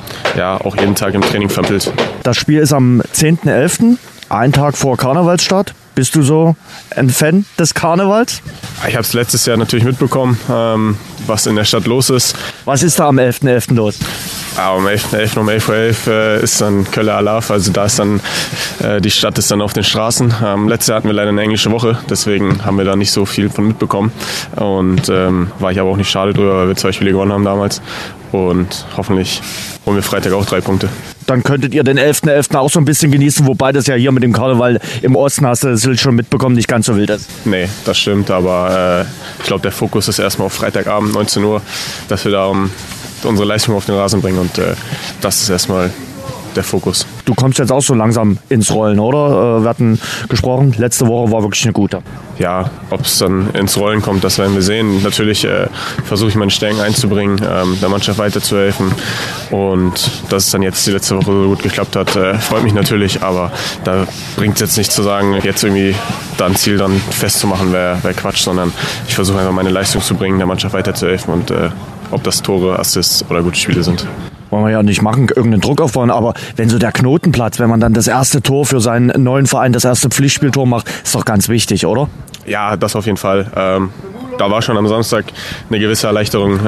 Speaker 8: auch jeden Tag im Training vermittelt.
Speaker 2: Das Spiel ist am 10.11., einen Tag vor Karnevalsstart. Bist du so ein Fan des Karnevals?
Speaker 8: Ich habe es letztes Jahr natürlich mitbekommen, was in der Stadt los ist.
Speaker 2: Was ist da am 11.11. los?
Speaker 8: Um 11.11 um 11.11 Uhr ist dann Kölle Alarv, also da ist dann, die Stadt ist dann auf den Straßen. Letztes Jahr hatten wir leider eine englische Woche, deswegen haben wir da nicht so viel von mitbekommen. Und war ich aber auch nicht schade drüber, weil wir 2 Spiele gewonnen haben damals. Und hoffentlich holen wir Freitag auch 3 Punkte.
Speaker 2: Dann könntet ihr den 11.11. auch so ein bisschen genießen, wobei das ja hier mit dem Karneval im Osten, hast du das schon mitbekommen, nicht ganz so wild ist.
Speaker 8: Nee, das stimmt, aber ich glaube, der Fokus ist erstmal auf Freitagabend, 19 Uhr, dass wir da unsere Leistung auf den Rasen bringen und das ist erstmal der Fokus.
Speaker 2: Du kommst jetzt auch so langsam ins Rollen, oder? Wir hatten gesprochen, letzte Woche war wirklich eine gute.
Speaker 8: Ja, ob es dann ins Rollen kommt, das werden wir sehen. Natürlich versuche ich meine Stärken einzubringen, der Mannschaft weiterzuhelfen und dass es dann jetzt die letzte Woche so gut geklappt hat, freut mich natürlich, aber da bringt es jetzt nicht zu sagen, jetzt irgendwie da ein Ziel dann festzumachen, wäre Quatsch, sondern ich versuche einfach meine Leistung zu bringen, der Mannschaft weiterzuhelfen und ob das Tore, Assists oder gute Spiele sind.
Speaker 2: Wollen wir ja nicht machen, irgendeinen Druck aufbauen, aber wenn so der Knoten platzt, wenn man dann das erste Tor für seinen neuen Verein, das erste Pflichtspieltor macht, ist doch ganz wichtig, oder?
Speaker 8: Ja, das auf jeden Fall. Da war schon am Samstag eine gewisse Erleichterung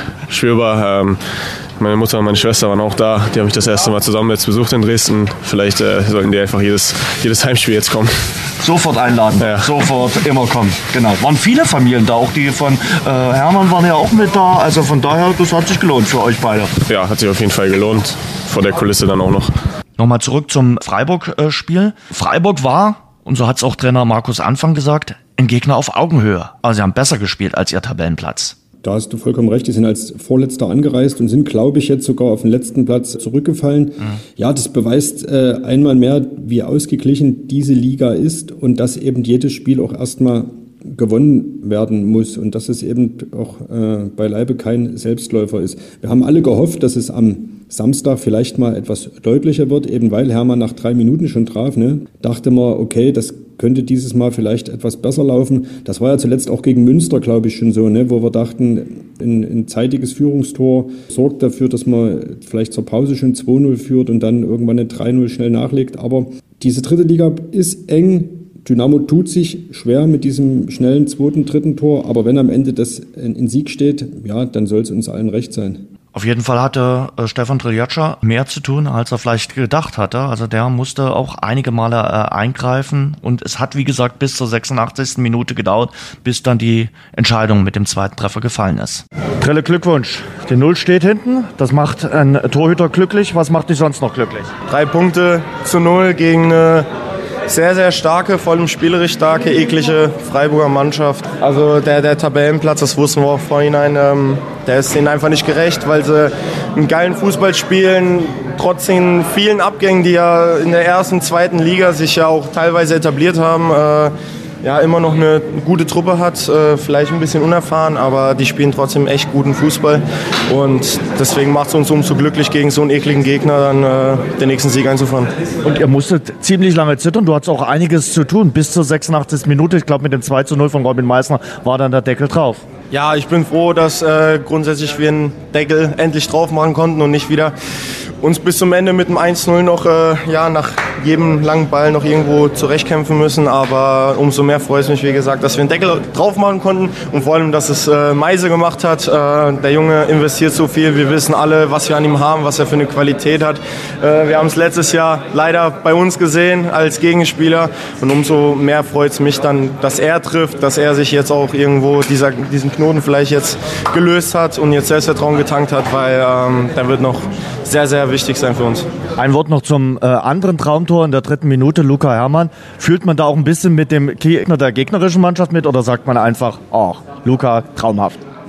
Speaker 8: spürbar. Meine Mutter und meine Schwester waren auch da. Die haben mich das erste Mal zusammen jetzt besucht in Dresden. Vielleicht sollten die einfach jedes Heimspiel jetzt kommen.
Speaker 2: Sofort einladen, ja. Sofort immer kommen. Genau. Waren viele Familien da, auch die von Hermann waren ja auch mit da. Also von daher, das hat sich gelohnt für euch beide.
Speaker 8: Ja, hat sich auf jeden Fall gelohnt. Vor der Kulisse dann auch noch.
Speaker 2: Nochmal zurück zum Freiburg-Spiel. Freiburg war, und so hat es auch Trainer Markus Anfang gesagt, ein Gegner auf Augenhöhe. Also sie haben besser gespielt als ihr Tabellenplatz.
Speaker 3: Da hast du vollkommen recht, die sind als Vorletzter angereist und sind, glaube ich, jetzt sogar auf den letzten Platz zurückgefallen. Ja, das beweist einmal mehr, wie ausgeglichen diese Liga ist und dass eben jedes Spiel auch erstmal gewonnen werden muss und dass es eben auch beileibe kein Selbstläufer ist. Wir haben alle gehofft, dass es am Samstag vielleicht mal etwas deutlicher wird, eben weil Hermann nach 3 Minuten schon traf. Ne? Dachte man, okay, das könnte dieses Mal vielleicht etwas besser laufen. Das war ja zuletzt auch gegen Münster, glaube ich, schon so, ne? Wo wir dachten, ein zeitiges Führungstor sorgt dafür, dass man vielleicht zur Pause schon 2-0 führt und dann irgendwann eine 3-0 schnell nachlegt. Aber diese dritte Liga ist eng. Dynamo tut sich schwer mit diesem schnellen 2., 3. Tor. Aber wenn am Ende das in Sieg steht, ja, dann soll es uns allen recht sein.
Speaker 2: Auf jeden Fall hatte Stefan Triljatscha mehr zu tun, als er vielleicht gedacht hatte. Also der musste auch einige Male eingreifen. Und es hat, wie gesagt, bis zur 86. Minute gedauert, bis dann die Entscheidung mit dem 2. Treffer gefallen ist. Trille, Glückwunsch. Die 0 steht hinten. Das macht einen Torhüter glücklich. Was macht dich sonst noch glücklich?
Speaker 9: 3 Punkte zu 0 gegen eine sehr, sehr starke, vor allem spielerisch starke, eklige Freiburger Mannschaft. Also der Tabellenplatz, das wussten wir auch vorhinein, der ist ihnen einfach nicht gerecht, weil sie einen geilen Fußball spielen, trotz den vielen Abgängen, die ja in der 1., 2. Liga sich ja auch teilweise etabliert haben, ja, immer noch eine gute Truppe hat, vielleicht ein bisschen unerfahren, aber die spielen trotzdem echt guten Fußball und deswegen macht es uns umso glücklich, gegen so einen ekligen Gegner dann den nächsten Sieg einzufahren.
Speaker 2: Und ihr musstet ziemlich lange zittern, du hattest auch einiges zu tun, bis zur 86. Minute, ich glaube mit dem 2:0 von Robin Meissner war dann der Deckel drauf.
Speaker 9: Ja, ich bin froh, dass grundsätzlich wir einen Deckel endlich drauf machen konnten und nicht wieder uns bis zum Ende mit dem 1:0 noch nach jedem langen Ball noch irgendwo zurechtkämpfen müssen. Aber umso mehr freut es mich, wie gesagt, dass wir einen Deckel drauf machen konnten und vor allem, dass es Meise gemacht hat. Der Junge investiert so viel. Wir wissen alle, was wir an ihm haben, was er für eine Qualität hat. Wir haben es letztes Jahr leider bei uns gesehen als Gegenspieler und umso mehr freut es mich dann, dass er trifft, dass er sich jetzt auch irgendwo diesen Knoten vielleicht jetzt gelöst hat und jetzt Selbstvertrauen getankt hat, weil der wird noch sehr, sehr wichtig sein für uns.
Speaker 2: Ein Wort noch zum anderen Traumtor in der 3. Minute, Luca Hermann. Fühlt man da auch ein bisschen mit dem Gegner der gegnerischen Mannschaft mit oder sagt man einfach, oh, Luca, traumhaft?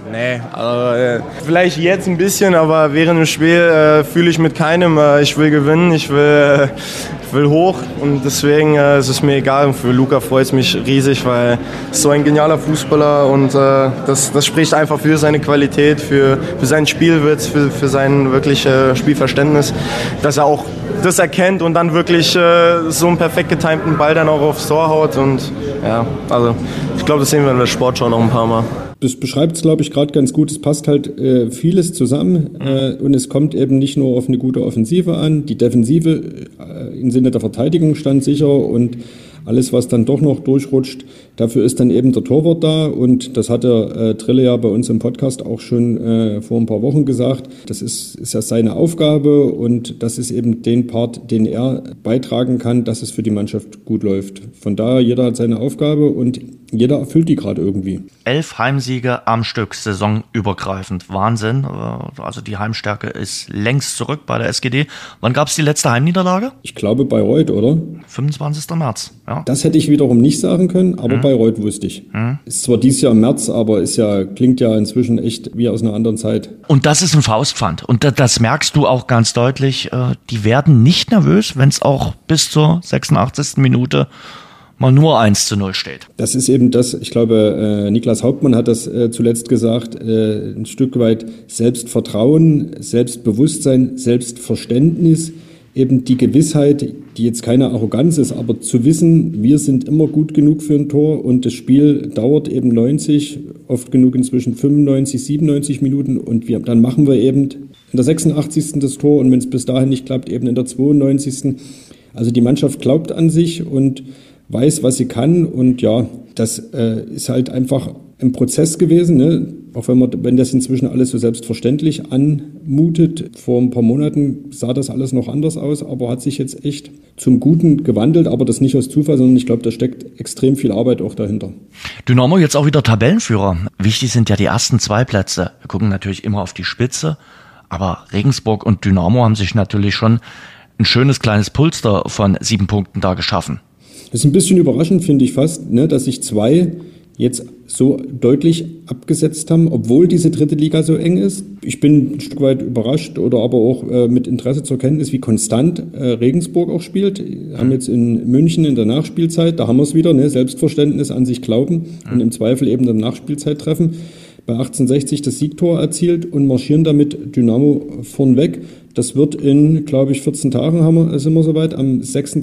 Speaker 9: Nee, also, vielleicht jetzt ein bisschen, aber während dem Spiel fühle ich mit keinem, ich will gewinnen, ich will hoch und deswegen ist es mir egal. Und für Luka freut es mich riesig, weil er so ein genialer Fußballer und das spricht einfach für seine Qualität, für seinen Spielwitz, für sein wirklich Spielverständnis, dass er auch das erkennt und dann wirklich so einen perfekt getimten Ball dann auch aufs Tor haut und ja, also ich glaube, das sehen wir in der Sportschau noch ein paar Mal.
Speaker 3: Das beschreibt es, glaube ich, gerade ganz gut. Es passt halt vieles zusammen und es kommt eben nicht nur auf eine gute Offensive an. Die Defensive im Sinne der Verteidigung stand sicher und alles, was dann doch noch durchrutscht, dafür ist dann eben der Torwart da und das hat der Trille ja bei uns im Podcast auch schon vor ein paar Wochen gesagt. Das ist ja seine Aufgabe und das ist eben den Part, den er beitragen kann, dass es für die Mannschaft gut läuft. Von daher, jeder hat seine Aufgabe und jeder erfüllt die gerade irgendwie.
Speaker 2: 11 Heimsiege am Stück, saisonübergreifend. Wahnsinn. Also die Heimstärke ist längst zurück bei der SGD. Wann gab es die letzte Heimniederlage?
Speaker 3: Ich glaube Bayreuth, oder?
Speaker 2: 25. März. Ja.
Speaker 3: Das hätte ich wiederum nicht sagen können, aber Bayreuth wusste ich. Ist zwar dieses Jahr im März, aber klingt ja inzwischen echt wie aus einer anderen Zeit.
Speaker 2: Und das ist ein Faustpfand. Und das merkst du auch ganz deutlich. Die werden nicht nervös, wenn es auch bis zur 86. Minute mal nur 1:0 steht.
Speaker 3: Das ist eben das, ich glaube, Niklas Hauptmann hat das zuletzt gesagt, ein Stück weit Selbstvertrauen, Selbstbewusstsein, Selbstverständnis, eben die Gewissheit, die jetzt keine Arroganz ist, aber zu wissen, wir sind immer gut genug für ein Tor und das Spiel dauert eben 90, oft genug inzwischen 95, 97 Minuten und dann machen wir eben in der 86. das Tor und wenn es bis dahin nicht klappt, eben in der 92. Also die Mannschaft glaubt an sich und weiß, was sie kann und ja, das ist halt einfach ein Prozess gewesen, ne? Auch wenn das inzwischen alles so selbstverständlich anmutet. Vor ein paar Monaten sah das alles noch anders aus, aber hat sich jetzt echt zum Guten gewandelt, aber das nicht aus Zufall, sondern ich glaube, da steckt extrem viel Arbeit auch dahinter.
Speaker 2: Dynamo jetzt auch wieder Tabellenführer. Wichtig sind ja die ersten 2 Plätze. Wir gucken natürlich immer auf die Spitze, aber Regensburg und Dynamo haben sich natürlich schon ein schönes kleines Polster von 7 Punkten da geschaffen.
Speaker 3: Das ist ein bisschen überraschend, finde ich fast, ne, dass sich 2 jetzt so deutlich abgesetzt haben, obwohl diese 3. Liga so eng ist. Ich bin ein Stück weit überrascht oder aber auch mit Interesse zur Kenntnis, wie konstant Regensburg auch spielt. Haben jetzt in München in der Nachspielzeit, da haben wir es wieder, ne, Selbstverständnis, an sich glauben und im Zweifel eben in der Nachspielzeit treffen. Bei 1860 das Siegtor erzielt und marschieren damit Dynamo vornweg. Das wird in, glaube ich, 14 Tagen sind wir soweit. Am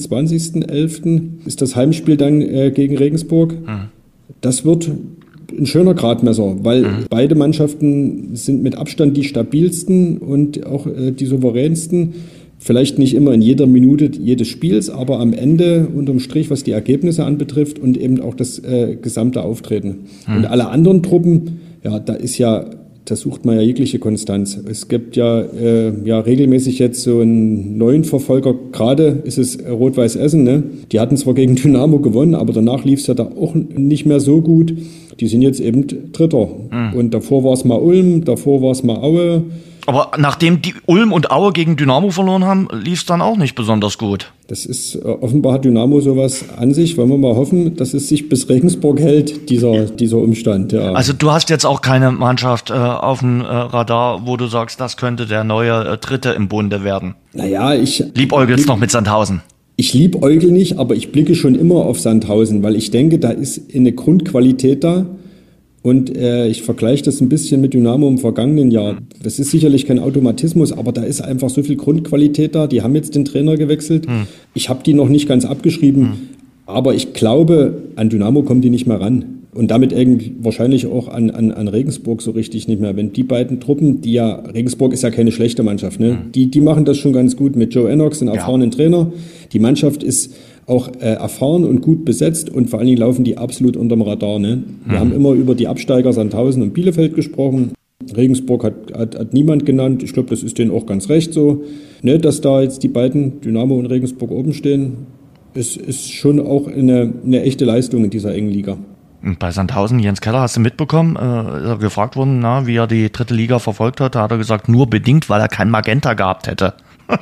Speaker 3: 26.11. ist das Heimspiel dann gegen Regensburg. Das wird ein schöner Gradmesser, weil beide Mannschaften sind mit Abstand die stabilsten und auch die souveränsten. Vielleicht nicht immer in jeder Minute jedes Spiels, aber am Ende unterm Strich, was die Ergebnisse anbetrifft und eben auch das gesamte Auftreten. Und alle anderen Truppen, ja, da sucht man ja jegliche Konstanz. Es gibt ja regelmäßig jetzt so einen neuen Verfolger, gerade ist es Rot-Weiß Essen, ne? Die hatten zwar gegen Dynamo gewonnen, aber danach lief es ja da auch nicht mehr so gut. Die sind jetzt eben Dritter. Und davor war es mal Ulm, davor war es mal Aue.
Speaker 2: Aber nachdem die Ulm und Aue gegen Dynamo verloren haben, lief es dann auch nicht besonders gut.
Speaker 3: Das ist, offenbar hat Dynamo sowas an sich. Wollen wir mal hoffen, dass es sich bis Regensburg hält, dieser Umstand. Ja.
Speaker 2: Also du hast jetzt auch keine Mannschaft auf dem Radar, wo du sagst, das könnte der neue Dritte im Bunde werden.
Speaker 3: Naja,
Speaker 2: liebäugelst noch mit Sandhausen.
Speaker 3: Ich liebäugel nicht, aber ich blicke schon immer auf Sandhausen, weil ich denke, da ist eine Grundqualität da. Und ich vergleiche das ein bisschen mit Dynamo im vergangenen Jahr. Das ist sicherlich kein Automatismus, aber da ist einfach so viel Grundqualität da. Die haben jetzt den Trainer gewechselt. Ich habe die noch nicht ganz abgeschrieben, aber ich glaube, an Dynamo kommen die nicht mehr ran. Und damit irgendwie wahrscheinlich auch an Regensburg so richtig nicht mehr. Wenn die beiden Truppen, Regensburg ist ja keine schlechte Mannschaft, ne? Die machen das schon ganz gut mit Joe Ennox, einem erfahrenen Trainer. Die Mannschaft ist auch erfahren und gut besetzt und vor allen Dingen laufen die absolut unterm Radar. Ne? Wir haben immer über die Absteiger Sandhausen und Bielefeld gesprochen. Regensburg hat niemand genannt. Ich glaube, das ist denen auch ganz recht so. Ne, dass da jetzt die beiden, Dynamo und Regensburg, oben stehen, ist schon auch eine echte Leistung in dieser engen Liga.
Speaker 2: Und bei Sandhausen, Jens Keller, hast du mitbekommen, ist er gefragt worden, wie er die 3. Liga verfolgt hat. Da hat er gesagt, nur bedingt, weil er kein Magenta gehabt hätte.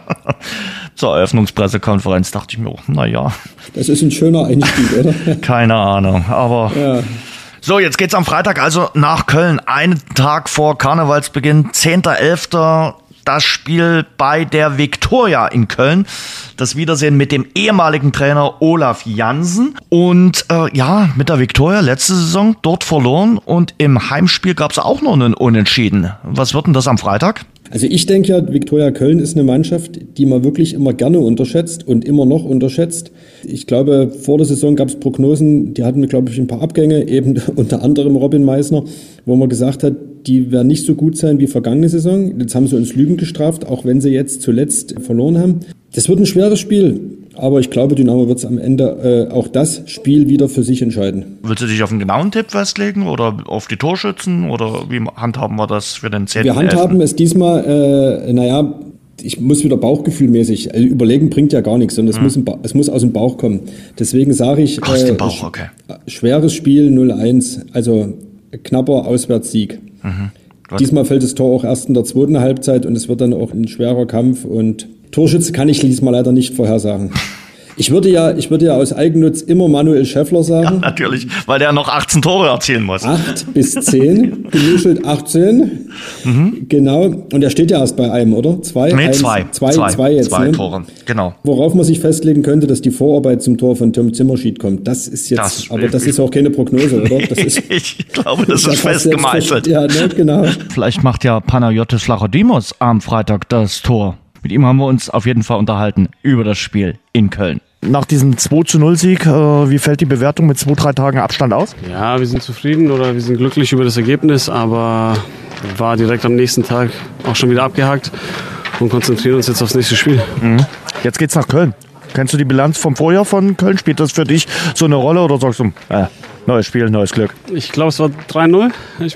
Speaker 2: Zur Eröffnungspressekonferenz dachte ich mir, naja.
Speaker 3: Das ist ein schöner Einstieg, oder?
Speaker 2: Keine Ahnung, aber So, jetzt geht's am Freitag also nach Köln. Einen Tag vor Karnevalsbeginn, 10.11. Das Spiel bei der Viktoria in Köln. Das Wiedersehen mit dem ehemaligen Trainer Olaf Jansen. Und mit der Viktoria letzte Saison dort verloren. Und im Heimspiel gab's auch noch einen Unentschieden. Was wird denn das am Freitag?
Speaker 3: Also ich denke ja, Viktoria Köln ist eine Mannschaft, die man wirklich immer gerne unterschätzt und immer noch unterschätzt. Ich glaube, vor der Saison gab es Prognosen, die hatten, glaube ich, ein paar Abgänge, eben unter anderem Robin Meissner, wo man gesagt hat, die werden nicht so gut sein wie vergangene Saison. Jetzt haben sie uns Lügen gestraft, auch wenn sie jetzt zuletzt verloren haben. Das wird ein schweres Spiel. Aber ich glaube, Dynamo wird es am Ende auch das Spiel wieder für sich entscheiden.
Speaker 2: Willst du dich auf einen genauen Tipp festlegen oder auf die Torschützen? Oder wie handhaben wir das für den 10.11.?
Speaker 3: Wir handhaben es diesmal, ich muss wieder bauchgefühlmäßig. Also überlegen bringt ja gar nichts, sondern es muss aus dem Bauch kommen. Deswegen sage ich,
Speaker 2: aus dem Bauch, okay.
Speaker 3: Schweres Spiel 0-1, also knapper Auswärtssieg. Diesmal fällt das Tor auch erst in der zweiten Halbzeit und es wird dann auch ein schwerer Kampf und Torschütze kann ich diesmal leider nicht vorhersagen. Ich würde ja aus Eigennutz immer Manuel Schäffler sagen.
Speaker 2: Ja, natürlich, weil der noch 18 Tore erzielen muss.
Speaker 3: 8 bis 10, genuschelt 18. Genau, und er steht ja erst bei einem, oder? Zwei jetzt.
Speaker 2: Zwei Tore, genau.
Speaker 3: Worauf man sich festlegen könnte, dass die Vorarbeit zum Tor von Tom Zimmerschied kommt. Das ist jetzt, das ist auch keine Prognose, oder? Das ist,
Speaker 2: ich glaube, das ist fest gemeißelt.
Speaker 3: Ja, ne, genau.
Speaker 2: Vielleicht macht ja Panagiotis Vlachodimos am Freitag das Tor. Mit ihm haben wir uns auf jeden Fall unterhalten über das Spiel in Köln. Nach diesem 2-0-Sieg, wie fällt die Bewertung mit 2-3 Tagen Abstand aus?
Speaker 10: Ja, wir sind zufrieden oder wir sind glücklich über das Ergebnis, aber war direkt am nächsten Tag auch schon wieder abgehakt und konzentrieren uns jetzt aufs nächste Spiel.
Speaker 2: Jetzt geht's nach Köln. Kennst du die Bilanz vom Vorjahr von Köln? Spielt das für dich so eine Rolle oder sagst du, neues Spiel, neues Glück?
Speaker 10: Ich glaube, es war 3-0.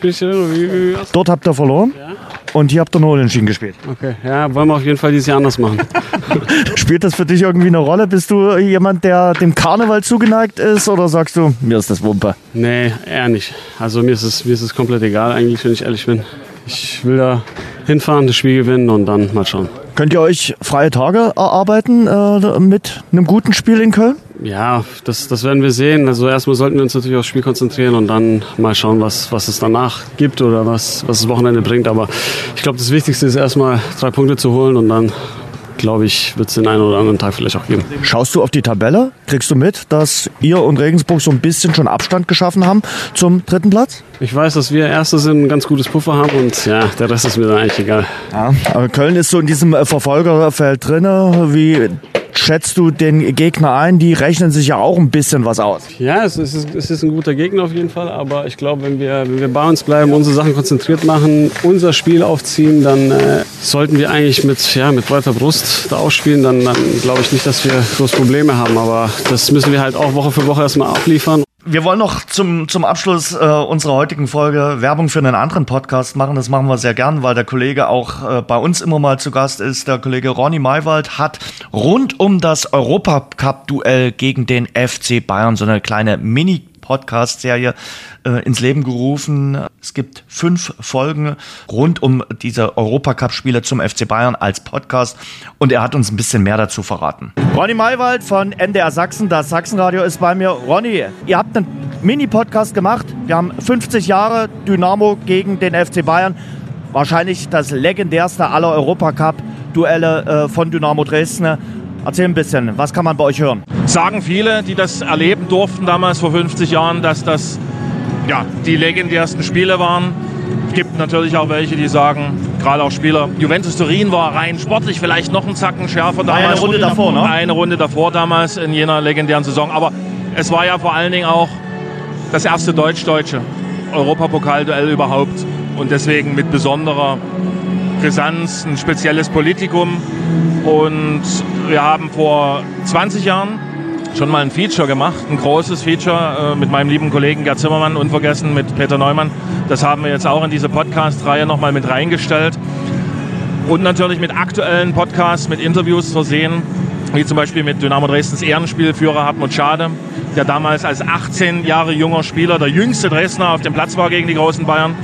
Speaker 2: Dort habt ihr verloren?
Speaker 10: Ja.
Speaker 2: Und hier habt ihr nur Unentschieden gespielt.
Speaker 10: Okay, ja, wollen wir auf jeden Fall dieses Jahr anders machen.
Speaker 2: Spielt das für dich irgendwie eine Rolle? Bist du jemand, der dem Karneval zugeneigt ist oder sagst du, mir ist das Wumpe?
Speaker 10: Nee, eher nicht. Also mir ist es komplett egal eigentlich, wenn ich ehrlich bin. Ich will da hinfahren, das Spiel gewinnen und dann mal schauen.
Speaker 2: Könnt ihr euch freie Tage erarbeiten mit einem guten Spiel in Köln?
Speaker 10: Ja, das werden wir sehen. Also erstmal sollten wir uns natürlich aufs Spiel konzentrieren und dann mal schauen, was es danach gibt oder was das Wochenende bringt. Aber ich glaube, das Wichtigste ist erstmal 3 Punkte zu holen und dann, glaube ich, wird es den einen oder anderen Tag vielleicht auch geben.
Speaker 2: Schaust du auf die Tabelle? Kriegst du mit, dass ihr und Regensburg so ein bisschen schon Abstand geschaffen haben zum 3. Platz?
Speaker 10: Ich weiß, dass wir Erste sind, ein ganz gutes Puffer haben und ja, der Rest ist mir dann eigentlich egal.
Speaker 2: Ja, aber Köln ist so in diesem Verfolgerfeld drin. Wie schätzt du den Gegner ein? Die rechnen sich ja auch ein bisschen was aus.
Speaker 10: Ja, es ist ein guter Gegner auf jeden Fall, aber ich glaube, wenn wir bei uns bleiben, unsere Sachen konzentriert machen, unser Spiel aufziehen, dann sollten wir eigentlich mit breiter Brust da ausspielen. Dann glaube ich nicht, dass wir groß Probleme haben, aber das müssen wir halt auch Woche für Woche erstmal abliefern.
Speaker 2: Wir wollen noch zum Abschluss unserer heutigen Folge Werbung für einen anderen Podcast machen. Das machen wir sehr gern, weil der Kollege auch bei uns immer mal zu Gast ist. Der Kollege Ronny Maywald hat rund um das Europacup-Duell gegen den FC Bayern so eine kleine Mini-Podcast-Serie ins Leben gerufen. Es gibt 5 Folgen rund um diese Europacup-Spiele zum FC Bayern als Podcast und er hat uns ein bisschen mehr dazu verraten. Ronny Maywald von NDR Sachsen, das Sachsenradio ist bei mir. Ronny, ihr habt einen Mini-Podcast gemacht. Wir haben 50 Jahre Dynamo gegen den FC Bayern. Wahrscheinlich das legendärste aller Europacup-Duelle von Dynamo Dresden. Erzähl ein bisschen, was kann man bei euch hören?
Speaker 11: Sagen viele, die das erleben durften damals vor 50 Jahren, dass das die legendärsten Spiele waren. Es gibt natürlich auch welche, die sagen, gerade auch Spieler, Juventus Turin war rein sportlich vielleicht noch einen Zacken schärfer damals.
Speaker 2: Eine Runde davor, ne?
Speaker 11: Eine Runde davor damals in jener legendären Saison. Aber es war ja vor allen Dingen auch das erste deutsch-deutsche Europapokalduell überhaupt. Und deswegen mit besonderer Brisanz, ein spezielles Politikum. Und wir haben vor 20 Jahren schon mal ein Feature gemacht, ein großes Feature mit meinem lieben Kollegen Gerd Zimmermann, unvergessen mit Peter Neumann. Das haben wir jetzt auch in diese Podcast-Reihe nochmal mit reingestellt. Und natürlich mit aktuellen Podcasts, mit Interviews versehen, wie zum Beispiel mit Dynamo Dresdens Ehrenspielführer Hartmut Schade, der damals als 18 Jahre junger Spieler der jüngste Dresdner auf dem Platz war gegen die großen Bayern.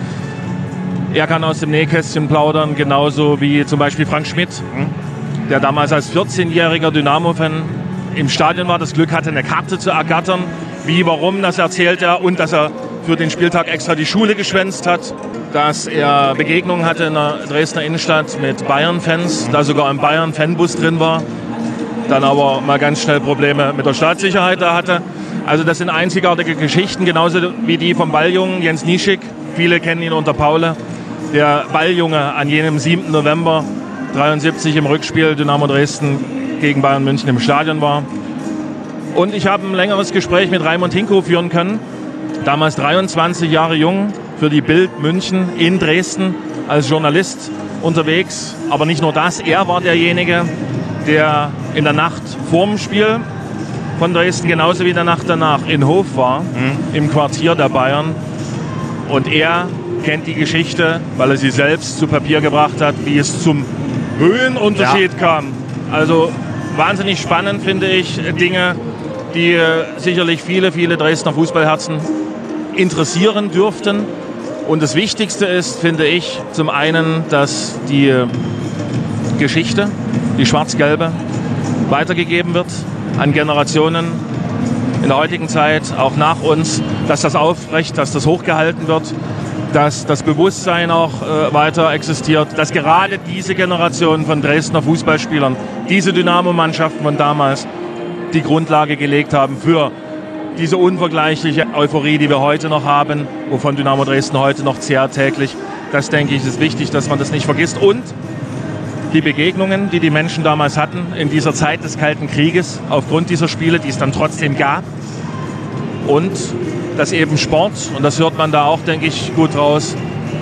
Speaker 11: Er kann aus dem Nähkästchen plaudern, genauso wie zum Beispiel Frank Schmidt, der damals als 14-jähriger Dynamo-Fan im Stadion war, das Glück hatte, eine Karte zu ergattern. Wie, warum, das erzählt er. Und dass er für den Spieltag extra die Schule geschwänzt hat, dass er Begegnungen hatte in der Dresdner Innenstadt mit Bayern-Fans, da sogar ein Bayern-Fanbus drin war, dann aber mal ganz schnell Probleme mit der Staatssicherheit da hatte. Also das sind einzigartige Geschichten, genauso wie die vom Balljungen Jens Nischig. Viele kennen ihn unter Paule. Der Balljunge an jenem 7. November 73 im Rückspiel Dynamo Dresden gegen Bayern München im Stadion war. Und ich habe ein längeres Gespräch mit Raimund Hinkow führen können, damals 23 Jahre jung, für die Bild München in Dresden als Journalist unterwegs. Aber nicht nur das, er war derjenige, der in der Nacht vorm Spiel von Dresden genauso wie in der Nacht danach in Hof war, im Quartier der Bayern. Und er kennt die Geschichte, weil er sie selbst zu Papier gebracht hat, wie es zum Höhenunterschied kam. Also wahnsinnig spannend, finde ich, Dinge, die sicherlich viele, viele Dresdner Fußballherzen interessieren dürften. Und das Wichtigste ist, finde ich, zum einen, dass die Geschichte, die schwarz-gelbe, weitergegeben wird an Generationen in der heutigen Zeit, auch nach uns, dass das aufrecht, dass das hochgehalten wird, dass das Bewusstsein auch weiter existiert, dass gerade diese Generation von Dresdner Fußballspielern, diese Dynamo-Mannschaften von damals, die Grundlage gelegt haben für diese unvergleichliche Euphorie, die wir heute noch haben, wovon Dynamo Dresden heute noch zehrt täglich. Das, denke ich, ist wichtig, dass man das nicht vergisst. Und die Begegnungen, die die Menschen damals hatten in dieser Zeit des Kalten Krieges, aufgrund dieser Spiele, die es dann trotzdem gab. Und dass eben Sport, und das hört man da auch, denke ich, gut raus,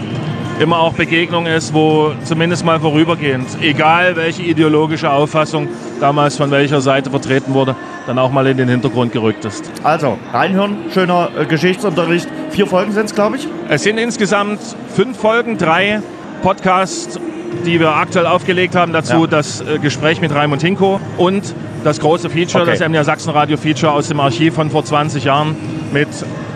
Speaker 11: immer auch Begegnung ist, wo zumindest mal vorübergehend, egal welche ideologische Auffassung damals von welcher Seite vertreten wurde, dann auch mal in den Hintergrund gerückt ist.
Speaker 2: Also, reinhören, schöner Geschichtsunterricht. 4 Folgen sind es, glaube ich.
Speaker 11: Es sind insgesamt 5 Folgen, 3 Podcasts, die wir aktuell aufgelegt haben. Dazu das Gespräch mit Raimund Hinkow und das große Feature, das MDR Sachsen-Radio-Feature aus dem Archiv von vor 20 Jahren mit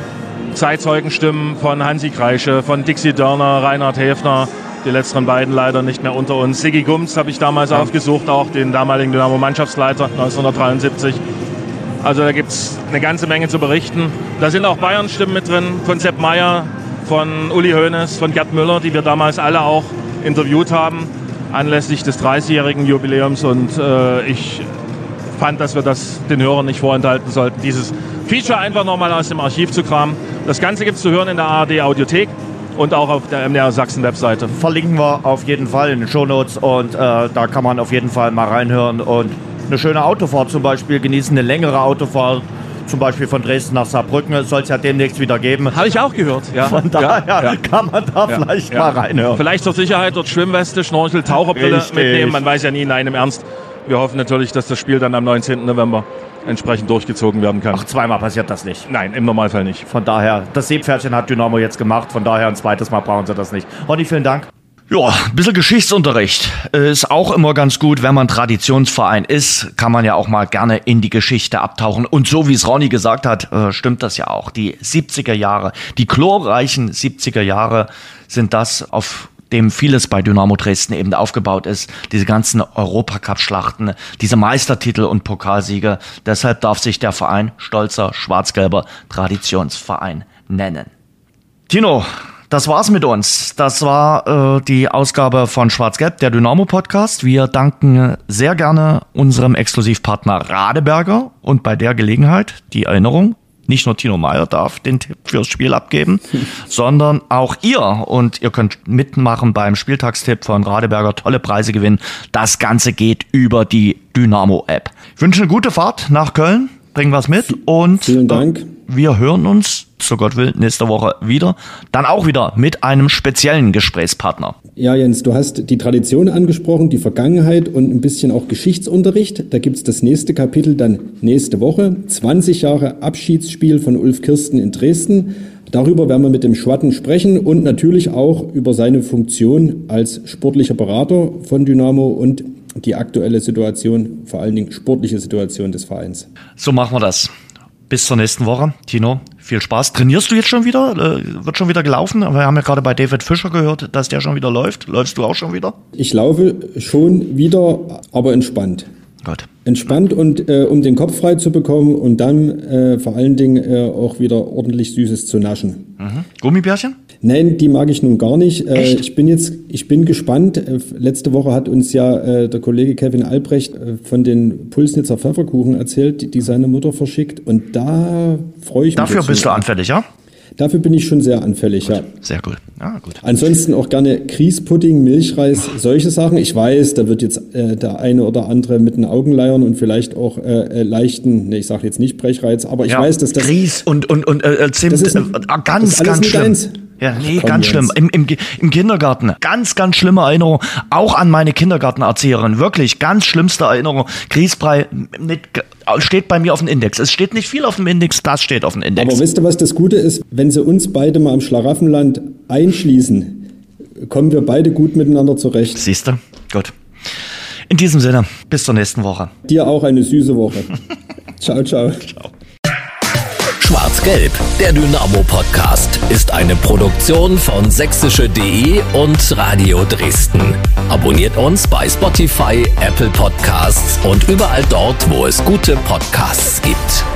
Speaker 11: Zeitzeugenstimmen von Hansi Kreische, von Dixie Dörner, Reinhard Häfner, die letzteren beiden leider nicht mehr unter uns. Sigi Gumz habe ich damals aufgesucht, auch den damaligen Dynamo-Mannschaftsleiter 1973. Also da gibt es eine ganze Menge zu berichten. Da sind auch Bayern-Stimmen mit drin, von Sepp Maier, von Uli Hoeneß, von Gerd Müller, die wir damals alle auch interviewt haben, anlässlich des 30-jährigen Jubiläums. Und ich fand, dass wir das den Hörern nicht vorenthalten sollten, dieses Feature einfach nochmal aus dem Archiv zu kramen. Das Ganze gibt es zu hören in der ARD-Audiothek und auch auf der MDR Sachsen-Webseite.
Speaker 2: Verlinken wir auf jeden Fall in den Shownotes und da kann man auf jeden Fall mal reinhören und eine schöne Autofahrt zum Beispiel genießen, eine längere Autofahrt, zum Beispiel von Dresden nach Saarbrücken. Es soll es ja demnächst wieder geben.
Speaker 11: Habe ich auch gehört. Ja.
Speaker 2: Von daher kann man da vielleicht mal reinhören.
Speaker 11: Vielleicht zur Sicherheit dort Schwimmweste, Schnorchel, Taucherbrille mitnehmen. Man weiß ja nie, nein, im Ernst. Wir hoffen natürlich, dass das Spiel dann am 19. November entsprechend durchgezogen werden kann.
Speaker 2: Ach, zweimal passiert das nicht.
Speaker 11: Nein, im Normalfall nicht.
Speaker 2: Von daher, das Seepferdchen hat Dynamo jetzt gemacht, von daher ein zweites Mal brauchen sie das nicht. Ronny, vielen Dank. Ja, ein bisschen Geschichtsunterricht ist auch immer ganz gut, wenn man Traditionsverein ist, kann man ja auch mal gerne in die Geschichte abtauchen. Und so wie es Ronny gesagt hat, stimmt das ja auch. Die 70er Jahre, die glorreichen 70er Jahre sind das, auf dem vieles bei Dynamo Dresden eben aufgebaut ist. Diese ganzen Europacup-Schlachten, diese Meistertitel und Pokalsiege. Deshalb darf sich der Verein stolzer schwarz-gelber Traditionsverein nennen. Tino, das war's mit uns. Das war die Ausgabe von Schwarz-Gelb, der Dynamo-Podcast. Wir danken sehr gerne unserem Exklusivpartner Radeberger und bei der Gelegenheit die Erinnerung, nicht nur Tino Meyer darf den Tipp fürs Spiel abgeben, sondern auch ihr. Und ihr könnt mitmachen beim Spieltagstipp von Radeberger, tolle Preise gewinnen. Das Ganze geht über die Dynamo-App. Ich wünsche eine gute Fahrt nach Köln. Bringen was mit und
Speaker 3: vielen Dank.
Speaker 2: Wir hören uns, so Gott will, nächste Woche wieder. Dann auch wieder mit einem speziellen Gesprächspartner.
Speaker 3: Ja, Jens, du hast die Tradition angesprochen, die Vergangenheit und ein bisschen auch Geschichtsunterricht. Da gibt's das nächste Kapitel dann nächste Woche. 20 Jahre Abschiedsspiel von Ulf Kirsten in Dresden. Darüber werden wir mit dem Schwatten sprechen und natürlich auch über seine Funktion als sportlicher Berater von Dynamo und die aktuelle Situation, vor allen Dingen sportliche Situation des Vereins.
Speaker 2: So machen wir das. Bis zur nächsten Woche. Tino, viel Spaß. Trainierst du jetzt schon wieder? Wird schon wieder gelaufen? Wir haben ja gerade bei David Fischer gehört, dass der schon wieder läuft. Läufst du auch schon wieder?
Speaker 3: Ich laufe schon wieder, aber entspannt.
Speaker 2: Gut.
Speaker 3: Entspannt und um den Kopf frei zu bekommen und dann vor allen Dingen auch wieder ordentlich Süßes zu naschen.
Speaker 2: Mhm. Gummibärchen?
Speaker 3: Nein, die mag ich nun gar nicht.
Speaker 2: Echt?
Speaker 3: Ich bin gespannt. Letzte Woche hat uns ja der Kollege Kevin Albrecht von den Pulsnitzer Pfefferkuchen erzählt, die seine Mutter verschickt. Und da freue ich mich.
Speaker 2: Dafür bist du anfällig, ja?
Speaker 3: Dafür bin ich schon sehr anfällig,
Speaker 2: gut.
Speaker 3: ja.
Speaker 2: Sehr gut. Ja, gut.
Speaker 3: Ansonsten auch gerne Grießpudding, Milchreis, solche Sachen. Ich weiß, da wird jetzt der eine oder andere mit den Augen leiern und vielleicht auch leichten, ich sage jetzt nicht Brechreiz, aber ich weiß, dass das...
Speaker 2: Grieß und Zimt,
Speaker 3: das ist
Speaker 2: ganz schlimm.
Speaker 3: Eins.
Speaker 2: Ja, nee, ganz schlimm. Im Kindergarten. Ganz schlimme Erinnerung. Auch an meine Kindergartenerzieherin. Wirklich ganz schlimmste Erinnerung. Grießbrei steht bei mir auf dem Index. Es steht nicht viel auf dem Index, das steht auf dem Index.
Speaker 3: Aber wisst ihr, was das Gute ist? Wenn sie uns beide mal im Schlaraffenland einschließen, kommen wir beide gut miteinander zurecht.
Speaker 2: Siehst du? Gut. In diesem Sinne, bis zur nächsten Woche.
Speaker 3: Dir auch eine süße Woche. Ciao, ciao.
Speaker 2: Ciao.
Speaker 12: Schwarz-Gelb, der Dynamo-Podcast, ist eine Produktion von sächsische.de und Radio Dresden. Abonniert uns bei Spotify, Apple Podcasts und überall dort, wo es gute Podcasts gibt.